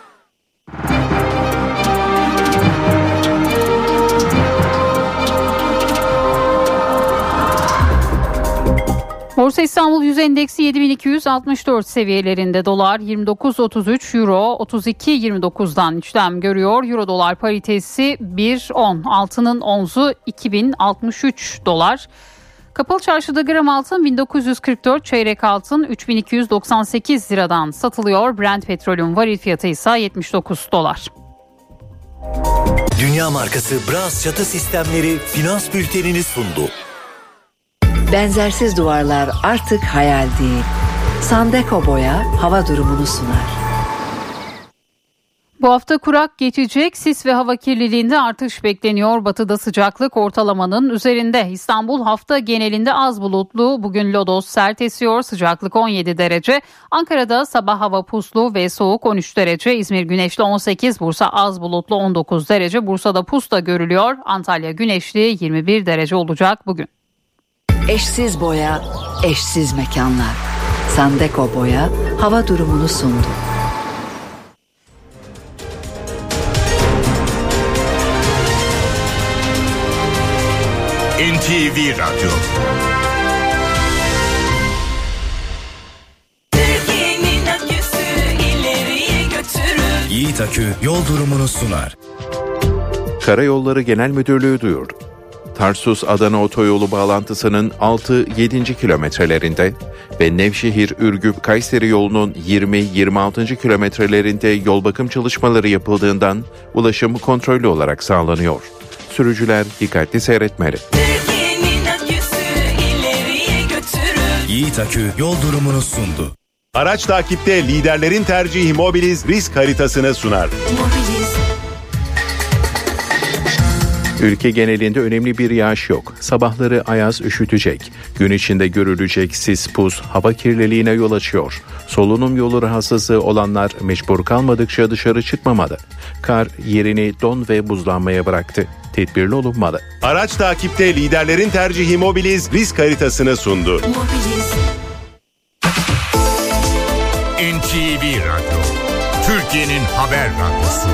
Borsa İstanbul Yüz Endeksi 7264 seviyelerinde, dolar 29.33, euro 32.29'dan işlem görüyor. Euro dolar paritesi 1.10, altının onzu 2063 dolar. Kapalı çarşıda gram altın 1944, çeyrek altın 3298 liradan satılıyor. Brent petrolün varil fiyatı ise 79 dolar. Dünya markası Bras çatı sistemleri finans bültenini sundu. Benzersiz duvarlar artık hayal değil. Sandeko Boya hava durumunu sunar. Bu hafta kurak geçecek, sis ve hava kirliliğinde artış bekleniyor. Batıda sıcaklık ortalamanın üzerinde. İstanbul hafta genelinde az bulutlu. Bugün lodos sert esiyor. Sıcaklık 17 derece. Ankara'da sabah hava puslu ve soğuk 13 derece. İzmir güneşli 18, Bursa az bulutlu 19 derece. Bursa'da pus da görülüyor. Antalya güneşli 21 derece olacak bugün. Eşsiz boya, eşsiz mekanlar. Sandeko Boya hava durumunu sundu. NTV Radyo. Türkiye'nin aküsü ileriye götürür. Yiğit Akü yol durumunu sunar. Karayolları Genel Müdürlüğü duyurdu. Tarsus-Adana otoyolu bağlantısının 6-7. kilometrelerinde ve Nevşehir-Ürgüp-Kayseri yolunun 20-26. kilometrelerinde yol bakım çalışmaları yapıldığından ulaşım kontrollü olarak sağlanıyor. Sürücüler dikkatli seyretmeli. Yiğit Akü yol durumunu sundu. Araç takipte liderlerin tercihi Mobiliz risk haritasını sunar. Ülke genelinde önemli bir yağış yok. Sabahları ayaz üşütecek. Gün içinde görülecek sis, pus, hava kirliliğine yol açıyor. Solunum yolu rahatsızlığı olanlar mecbur kalmadıkça dışarı çıkmamalı. Kar yerini don ve buzlanmaya bıraktı. Tedbirli olunmalı. Araç takipte liderlerin tercihi Mobiliz risk haritasını sundu. NTV Radyo, Türkiye'nin haber radyosu.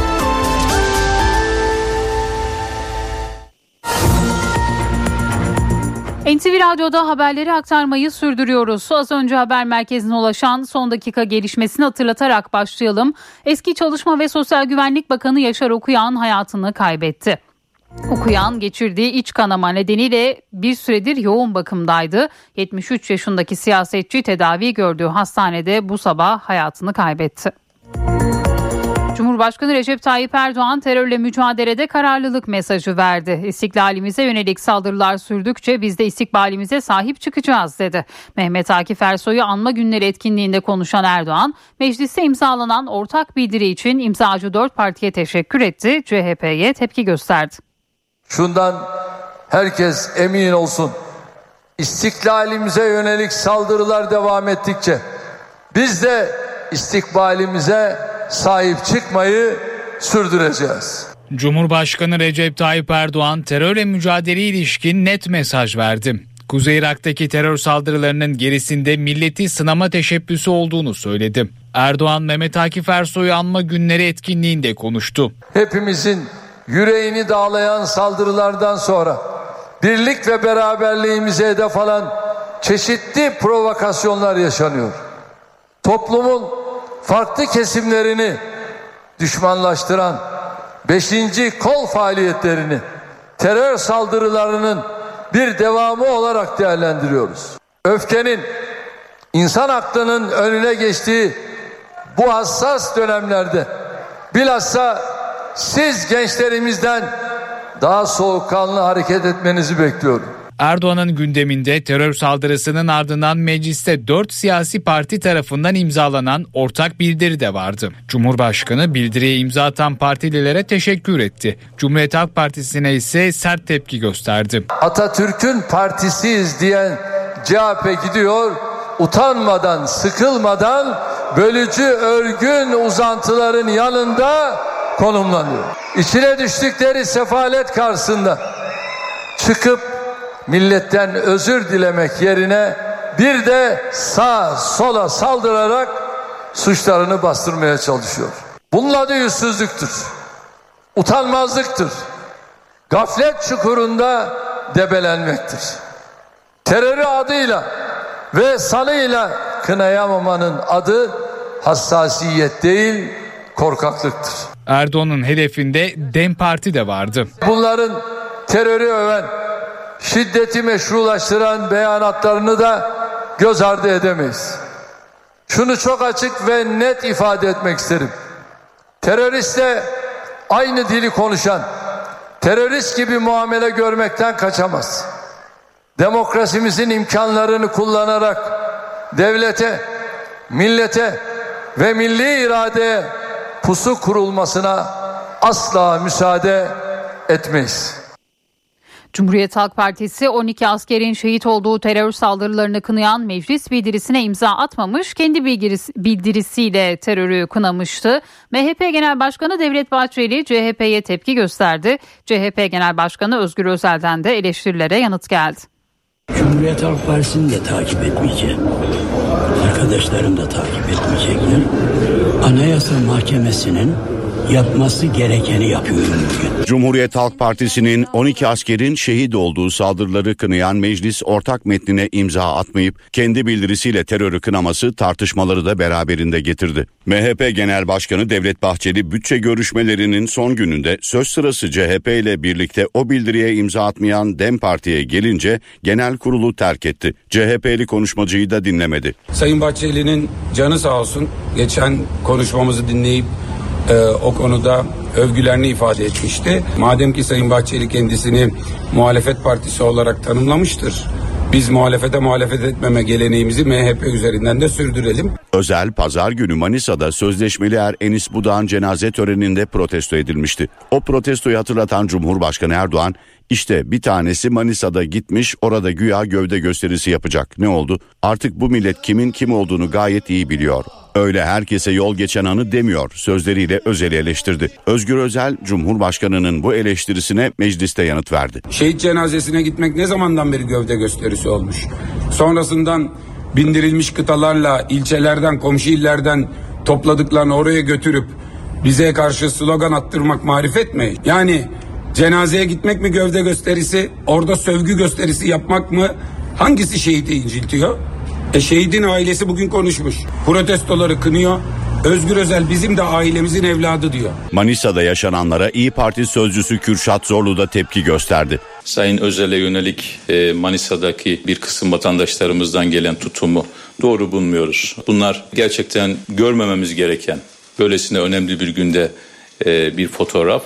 NTV Radyo'da haberleri aktarmayı sürdürüyoruz. Az önce haber merkezine ulaşan son dakika gelişmesini hatırlatarak başlayalım. Eski Çalışma ve Sosyal Güvenlik Bakanı Yaşar Okuyan hayatını kaybetti. Okuyan geçirdiği iç kanama nedeniyle bir süredir yoğun bakımdaydı. 73 yaşındaki siyasetçi tedavi gördüğü hastanede bu sabah hayatını kaybetti. Cumhurbaşkanı Recep Tayyip Erdoğan terörle mücadelede kararlılık mesajı verdi. İstiklalimize yönelik saldırılar sürdükçe biz de istikbalimize sahip çıkacağız dedi. Mehmet Akif Ersoy'u anma günleri etkinliğinde konuşan Erdoğan, mecliste imzalanan ortak bildiri için imzacı 4 partiye teşekkür etti, CHP'ye tepki gösterdi. Şundan herkes emin olsun, istiklalimize yönelik saldırılar devam ettikçe biz de istikbalimize sahip çıkmayı sürdüreceğiz. Cumhurbaşkanı Recep Tayyip Erdoğan terörle mücadeleye ilişkin net mesaj verdi. Kuzey Irak'taki terör saldırılarının gerisinde milleti sınama teşebbüsü olduğunu söyledi. Erdoğan Mehmet Akif Ersoy'u anma günleri etkinliğinde konuştu. Hepimizin yüreğini dağlayan saldırılardan sonra birlik ve beraberliğimize hedef alan çeşitli provokasyonlar yaşanıyor. Toplumun farklı kesimlerini düşmanlaştıran 5. kol faaliyetlerini terör saldırılarının bir devamı olarak değerlendiriyoruz. Öfkenin, insan aklının önüne geçtiği bu hassas dönemlerde bilhassa siz gençlerimizden daha soğukkanlı hareket etmenizi bekliyorum. Erdoğan'ın gündeminde terör saldırısının ardından mecliste 4 siyasi parti tarafından imzalanan ortak bildiri de vardı. Cumhurbaşkanı bildiriye imza atan partililere teşekkür etti. Cumhuriyet Halk Partisi'ne ise sert tepki gösterdi. Atatürk'ün partisiyiz diyen CHP gidiyor, utanmadan, sıkılmadan bölücü örgün uzantıların yanında konumlanıyor. İçine düştükleri sefalet karşısında çıkıp milletten özür dilemek yerine bir de sağa sola saldırarak suçlarını bastırmaya çalışıyor. Bunun adı yüzsüzlüktür, utanmazlıktır, gaflet çukurunda debelenmektir. Terörü adıyla ve sanıyla kınayamamanın adı hassasiyet değil, korkaklıktır. Erdoğan'ın hedefinde DEM Parti de vardı. Bunların terörü öven, şiddeti meşrulaştıran beyanatlarını da göz ardı edemeyiz. Şunu çok açık ve net ifade etmek isterim. Teröristle aynı dili konuşan, terörist gibi muamele görmekten kaçamaz. Demokrasimizin imkanlarını kullanarak devlete, millete ve milli iradeye pusu kurulmasına asla müsaade etmeyiz. Cumhuriyet Halk Partisi 12 askerin şehit olduğu terör saldırılarını kınayan meclis bildirisine imza atmamış, kendi bildirisiyle terörü kınamıştı. MHP Genel Başkanı Devlet Bahçeli CHP'ye tepki gösterdi. CHP Genel Başkanı Özgür Özel'den de eleştirilere yanıt geldi. Cumhuriyet Halk Partisi'ni de takip etmeyeceğim. Arkadaşlarım da takip etmeyecekler. Anayasa Mahkemesi'nin yapması gerekeni yapıyorum bugün. Cumhuriyet Halk Partisi'nin 12 askerin şehit olduğu saldırıları kınayan meclis ortak metnine imza atmayıp kendi bildirisiyle terörü kınaması tartışmaları da beraberinde getirdi. MHP Genel Başkanı Devlet Bahçeli bütçe görüşmelerinin son gününde söz sırası CHP ile birlikte o bildiriye imza atmayan DEM Parti'ye gelince genel kurulu terk etti. CHP'li konuşmacıyı da dinlemedi. Sayın Bahçeli'nin canı sağ olsun, geçen konuşmamızı dinleyip o konuda övgülerini ifade etmişti. Madem ki Sayın Bahçeli kendisini muhalefet partisi olarak tanımlamıştır, biz muhalefet etmeme geleneğimizi MHP üzerinden de sürdürelim. Özel pazar günü Manisa'da sözleşmeli er Enis Budak'ın cenaze töreninde protesto edilmişti. O protestoyu hatırlatan Cumhurbaşkanı Erdoğan, işte bir tanesi Manisa'da gitmiş, orada güya gövde gösterisi yapacak. Ne oldu? Artık bu millet kimin kim olduğunu gayet iyi biliyor. Öyle herkese yol geçen anı demiyor sözleriyle Özel'i eleştirdi. Özgür Özel, Cumhurbaşkanı'nın bu eleştirisine mecliste yanıt verdi. Şehit cenazesine gitmek ne zamandan beri gövde gösterisi olmuş? Sonrasından bindirilmiş kıtalarla ilçelerden, komşu illerden topladıklarını oraya götürüp bize karşı slogan attırmak marifet mi? Yani cenazeye gitmek mi gövde gösterisi, orada sövgü gösterisi yapmak mı? Hangisi şehidi inciltiyor? Şehidin ailesi bugün konuşmuş. Protestoları kınıyor. Özgür Özel bizim de ailemizin evladı diyor. Manisa'da yaşananlara İYİ Parti sözcüsü Kürşat Zorlu da tepki gösterdi. Sayın Özel'e yönelik Manisa'daki bir kısım vatandaşlarımızdan gelen tutumu doğru bulmuyoruz. Bunlar gerçekten görmememiz gereken, böylesine önemli bir günde bir fotoğraf.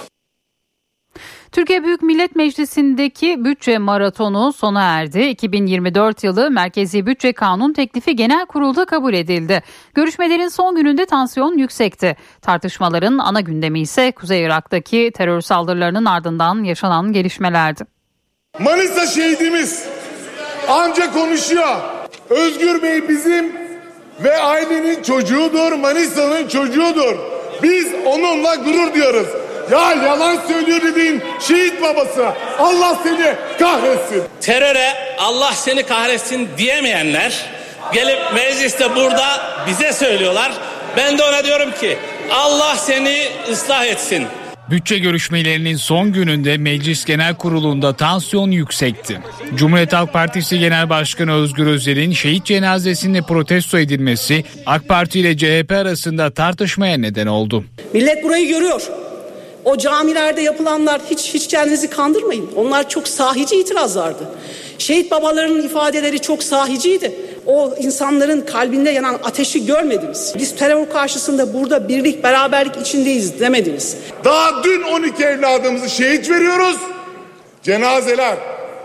Türkiye Büyük Millet Meclisi'ndeki bütçe maratonu sona erdi. 2024 yılı Merkezi Bütçe Kanun teklifi genel kurulda kabul edildi. Görüşmelerin son gününde tansiyon yüksekti. Tartışmaların ana gündemi ise Kuzey Irak'taki terör saldırılarının ardından yaşanan gelişmelerdi. Manisa şehidimiz anca konuşuyor. Özgür Bey bizim ve ailenin çocuğudur, Manisa'nın çocuğudur. Biz onunla gurur diyoruz. Ya yalan söylüyor dediğin şehit babası. Allah seni kahretsin. Teröre Allah seni kahretsin diyemeyenler gelip mecliste burada bize söylüyorlar. Ben de ona diyorum ki Allah seni ıslah etsin. Bütçe görüşmelerinin son gününde Meclis Genel Kurulu'nda tansiyon yüksekti. Cumhuriyet Halk Partisi Genel Başkanı Özgür Özel'in şehit cenazesinde protesto edilmesi AK Parti ile CHP arasında tartışmaya neden oldu. Millet burayı görüyor. O camilerde yapılanlar hiç kendinizi kandırmayın. Onlar çok sahici itirazlardı. Şehit babalarının ifadeleri çok sahiciydi. O insanların kalbinde yanan ateşi görmediniz. Biz terör karşısında burada birlik, beraberlik içindeyiz demediniz. Daha dün 12 evladımızı şehit veriyoruz. Cenazeler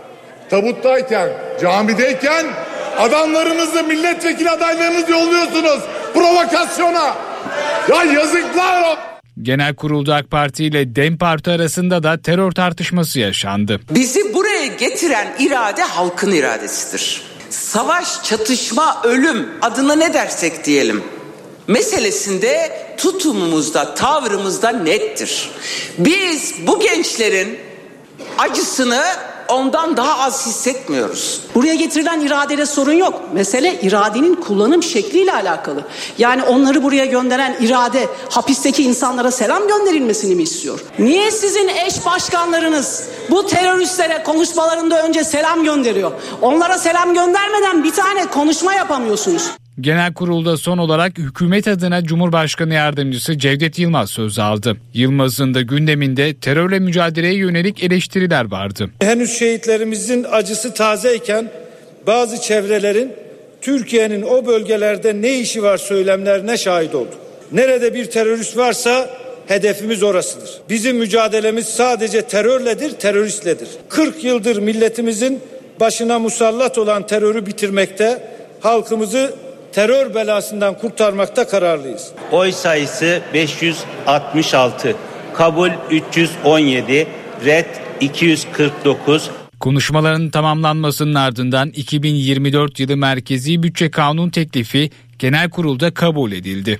tabuttayken, camideyken adamlarınızı, milletvekili adaylarınızı yolluyorsunuz provokasyona. Ya yazıklar olsun. Genel kurulda AK Parti ile DEM Parti arasında da terör tartışması yaşandı. Bizi buraya getiren irade halkın iradesidir. Savaş, çatışma, ölüm adına ne dersek diyelim meselesinde tutumumuzda, tavrımızda nettir. Biz bu gençlerin acısını ondan daha az hissetmiyoruz. Buraya getirilen iradede sorun yok. Mesele iradenin kullanım şekliyle alakalı. Yani onları buraya gönderen irade hapisteki insanlara selam gönderilmesini mi istiyor? Niye sizin eş başkanlarınız bu teröristlere konuşmalarında önce selam gönderiyor? Onlara selam göndermeden bir tane konuşma yapamıyorsunuz. Genel kurulda son olarak hükümet adına Cumhurbaşkanı Yardımcısı Cevdet Yılmaz söz aldı. Yılmaz'ın da gündeminde terörle mücadeleye yönelik eleştiriler vardı. Henüz şehitlerimizin acısı tazeyken bazı çevrelerin Türkiye'nin o bölgelerde ne işi var söylemlerine şahit olduk. Nerede bir terörist varsa hedefimiz orasıdır. Bizim mücadelemiz sadece terörledir, teröristledir. 40 yıldır milletimizin başına musallat olan terörü bitirmekte, halkımızı terör belasından kurtarmakta kararlıyız. Oy sayısı 566, kabul 317, red 249. Konuşmaların tamamlanmasının ardından 2024 yılı Merkezi Bütçe Kanun teklifi genel kurulda kabul edildi.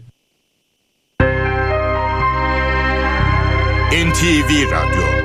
NTV Radyo.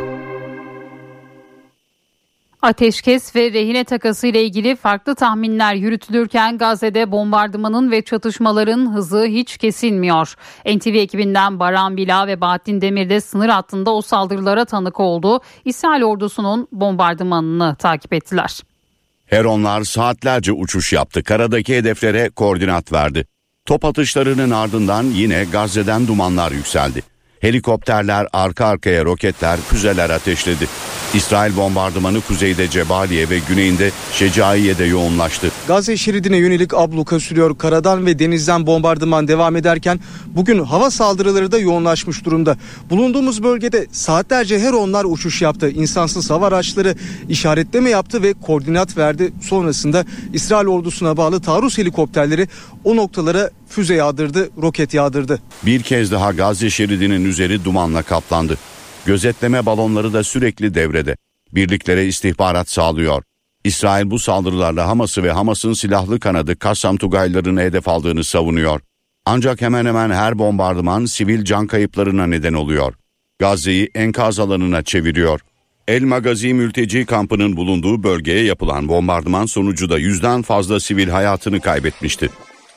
Ateşkes ve rehine takası ile ilgili farklı tahminler yürütülürken Gazze'de bombardımanın ve çatışmaların hızı hiç kesilmiyor. NTV ekibinden Baran Bila ve Bahattin Demir de sınır hattında o saldırılara tanık oldu. İsrail ordusunun bombardımanını takip ettiler. Heronlar saatlerce uçuş yaptı. Karadaki hedeflere koordinat verdi. Top atışlarının ardından yine Gazze'den dumanlar yükseldi. Helikopterler arka arkaya roketler, füzeler ateşledi. İsrail bombardımanı kuzeyde Cebaliye ve güneyinde Şecaiye'de yoğunlaştı. Gazze şeridine yönelik abluka sürüyor. Karadan ve denizden bombardıman devam ederken bugün hava saldırıları da yoğunlaşmış durumda. Bulunduğumuz bölgede saatlerce Heronlar uçuş yaptı. İnsansız hava araçları işaretleme yaptı ve koordinat verdi. Sonrasında İsrail ordusuna bağlı taarruz helikopterleri o noktalara füze yağdırdı, roket yağdırdı. Bir kez daha Gazze şeridinin üzeri dumanla kaplandı. Gözetleme balonları da sürekli devrede. Birliklere istihbarat sağlıyor. İsrail bu saldırılarla Hamas'ı ve Hamas'ın silahlı kanadı Kassam Tugaylarını hedef aldığını savunuyor. Ancak hemen hemen her bombardıman sivil can kayıplarına neden oluyor. Gazze'yi enkaz alanına çeviriyor. El Magazi mülteci kampının bulunduğu bölgeye yapılan bombardıman sonucu da 100'den fazla sivil hayatını kaybetmişti.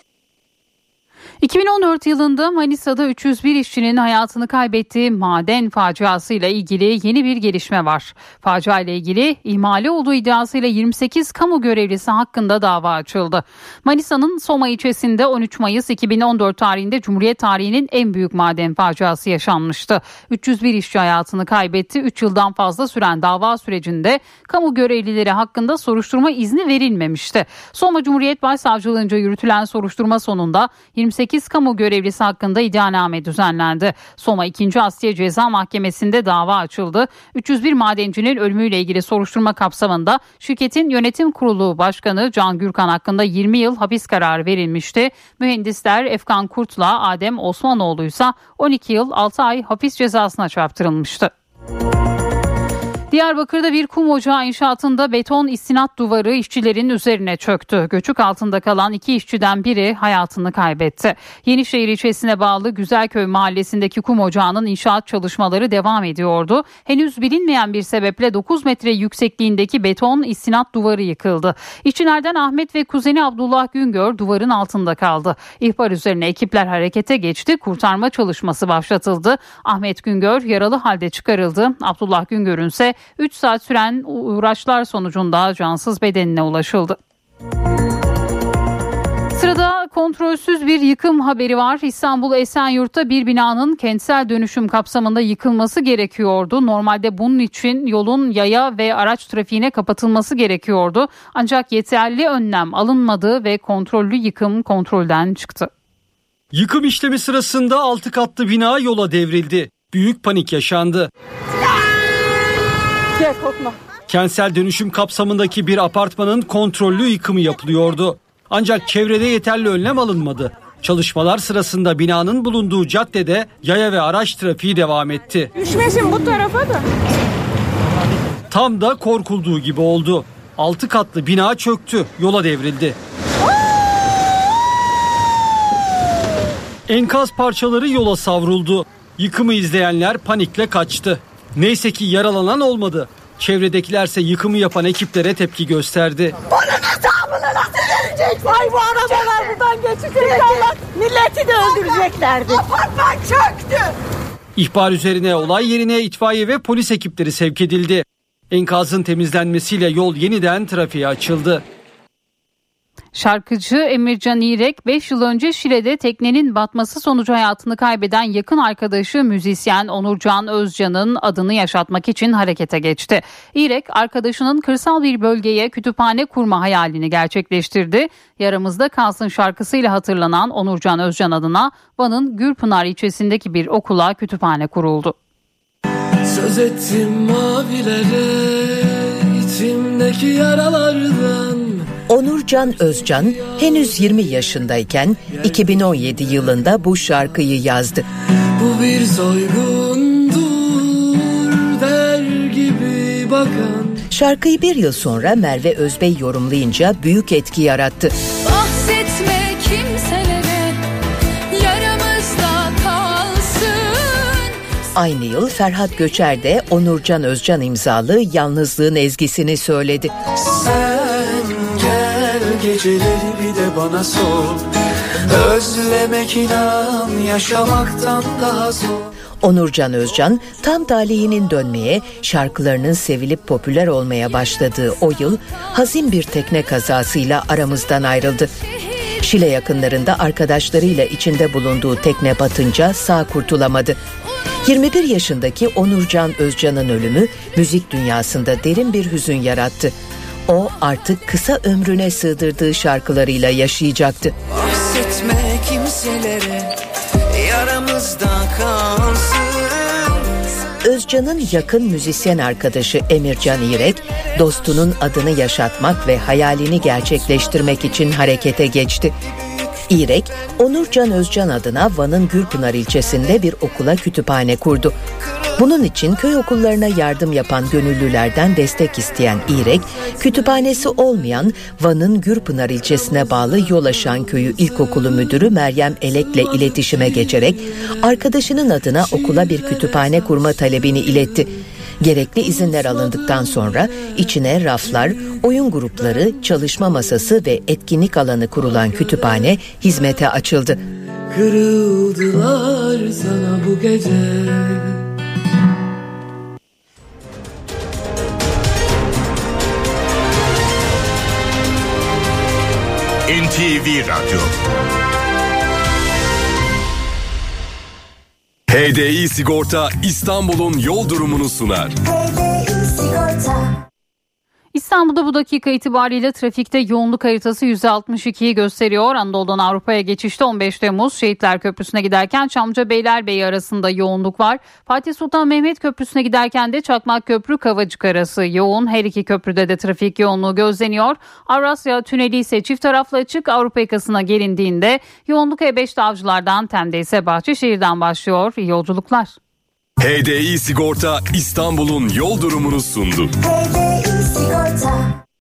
2014 yılında Manisa'da 301 işçinin hayatını kaybettiği maden faciasıyla ilgili yeni bir gelişme var. Facia ile ilgili ihmali olduğu iddiasıyla 28 kamu görevlisi hakkında dava açıldı. Manisa'nın Soma ilçesinde 13 Mayıs 2014 tarihinde Cumhuriyet tarihinin en büyük maden faciası yaşanmıştı. 301 işçi hayatını kaybetti. 3 yıldan fazla süren dava sürecinde kamu görevlileri hakkında soruşturma izni verilmemişti. Soma Cumhuriyet Başsavcılığınca yürütülen soruşturma sonunda 28 kamu görevlisi hakkında iddianame düzenlendi. Soma 2. Asliye Ceza Mahkemesi'nde dava açıldı. 301 madencinin ölümüyle ilgili soruşturma kapsamında şirketin yönetim kurulu başkanı Can Gürkan hakkında 20 yıl hapis kararı verilmişti. Mühendisler Efkan Kurt'la Adem Osmanoğlu ise 12 yıl 6 ay hapis cezasına çarptırılmıştı. Diyarbakır'da bir kum ocağı inşaatında beton istinat duvarı işçilerin üzerine çöktü. Göçük altında kalan 2 işçiden biri hayatını kaybetti. Yenişehir ilçesine bağlı Güzelköy mahallesindeki kum ocağının inşaat çalışmaları devam ediyordu. Henüz bilinmeyen bir sebeple 9 metre yüksekliğindeki beton istinat duvarı yıkıldı. İşçilerden Ahmet ve kuzeni Abdullah Güngör duvarın altında kaldı. İhbar üzerine ekipler harekete geçti. Kurtarma çalışması başlatıldı. Ahmet Güngör yaralı halde çıkarıldı. Abdullah Güngör'ün ise 3 saat süren uğraşlar sonucunda cansız bedenine ulaşıldı. Sırada kontrolsüz bir yıkım haberi var. İstanbul Esenyurt'ta bir binanın kentsel dönüşüm kapsamında yıkılması gerekiyordu. Normalde bunun için yolun yaya ve araç trafiğine kapatılması gerekiyordu. Ancak yeterli önlem alınmadı ve kontrollü yıkım kontrolden çıktı. Yıkım işlemi sırasında 6 katlı bina yola devrildi. Büyük panik yaşandı. Gel korkma. Kentsel dönüşüm kapsamındaki bir apartmanın kontrollü yıkımı yapılıyordu. Ancak çevrede yeterli önlem alınmadı. Çalışmalar sırasında binanın bulunduğu caddede yaya ve araç trafiği devam etti. Düşmesin bu tarafa da. Tam da korkulduğu gibi oldu. 6 katlı bina çöktü, yola devrildi. Enkaz parçaları yola savruldu. Yıkımı izleyenler panikle kaçtı. Neyse ki yaralanan olmadı. Çevredekilerse yıkımı yapan ekiplere tepki gösterdi. Bunun hesabını nasıl verecek? Vay bu arabalar buradan geçecek Allah. Milleti de öldüreceklerdi. Apartman çöktü. İhbar üzerine olay yerine itfaiye ve polis ekipleri sevk edildi. Enkazın temizlenmesiyle yol yeniden trafiğe açıldı. Şarkıcı Emircan İrek 5 yıl önce Şile'de teknenin batması sonucu hayatını kaybeden yakın arkadaşı müzisyen Onurcan Özcan'ın adını yaşatmak için harekete geçti. İrek arkadaşının kırsal bir bölgeye kütüphane kurma hayalini gerçekleştirdi. Yaramızda kalsın şarkısıyla hatırlanan Onurcan Özcan adına Van'ın Gürpınar ilçesindeki bir okula kütüphane kuruldu. Söz ettim mavilere, içimdeki yaralardan. Onurcan Özcan henüz 20 yaşındayken 2017 yılında bu şarkıyı yazdı. Bu bir soygundur der gibi bakan. Şarkıyı bir yıl sonra Merve Özbey yorumlayınca büyük etki yarattı. Bahsetme kimselere, yaramızda kalsın. Aynı yıl Ferhat Göçer de Onurcan Özcan imzalı Yalnızlığın ezgisini söyledi. Geceleri bir de bana sor. Özlemek inan yaşamaktan daha zor. Onurcan Özcan tam talihinin dönmeye, şarkılarının sevilip popüler olmaya başladığı o yıl hazin bir tekne kazasıyla aramızdan ayrıldı. Şile yakınlarında arkadaşlarıyla içinde bulunduğu tekne batınca sağ kurtulamadı. 21 yaşındaki Onurcan Özcan'ın ölümü müzik dünyasında derin bir hüzün yarattı. O artık kısa ömrüne sığdırdığı şarkılarıyla yaşayacaktı. Bahsetme kimselere, yaramızda kalsın. Özcan'ın yakın müzisyen arkadaşı Emircan İrek, dostunun adını yaşatmak ve hayalini gerçekleştirmek için harekete geçti. İrek, Onurcan Özcan adına Van'ın Gürpınar ilçesinde bir okula kütüphane kurdu. Bunun için köy okullarına yardım yapan gönüllülerden destek isteyen İrek, kütüphanesi olmayan Van'ın Gürpınar ilçesine bağlı Yolaşan Köyü İlkokulu Müdürü Meryem Elek'le iletişime geçerek arkadaşının adına okula bir kütüphane kurma talebini iletti. Gerekli izinler alındıktan sonra içine raflar, oyun grupları, çalışma masası ve etkinlik alanı kurulan kütüphane hizmete açıldı. Kırıldılar sana bu gece. NTV Radyo. HDI Sigorta İstanbul'un yol durumunu sunar. HDI Sigorta. İstanbul'da bu dakika itibariyle trafikte yoğunluk haritası %62'yi gösteriyor. Anadolu'dan Avrupa'ya geçişte 15 Temmuz Şehitler Köprüsü'ne giderken Çamlıca Beylerbeyi arasında yoğunluk var. Fatih Sultan Mehmet Köprüsü'ne giderken de Çakmak Köprü Kavacık arası yoğun. Her iki köprüde de trafik yoğunluğu gözleniyor. Avrasya Tüneli ise çift taraflı açık. Avrupa yakasına gelindiğinde yoğunluk E5'te Avcılar'dan, Tem'de ise Bahçeşehir'den başlıyor. İyi yolculuklar. HDI Sigorta İstanbul'un yol durumunu sundu.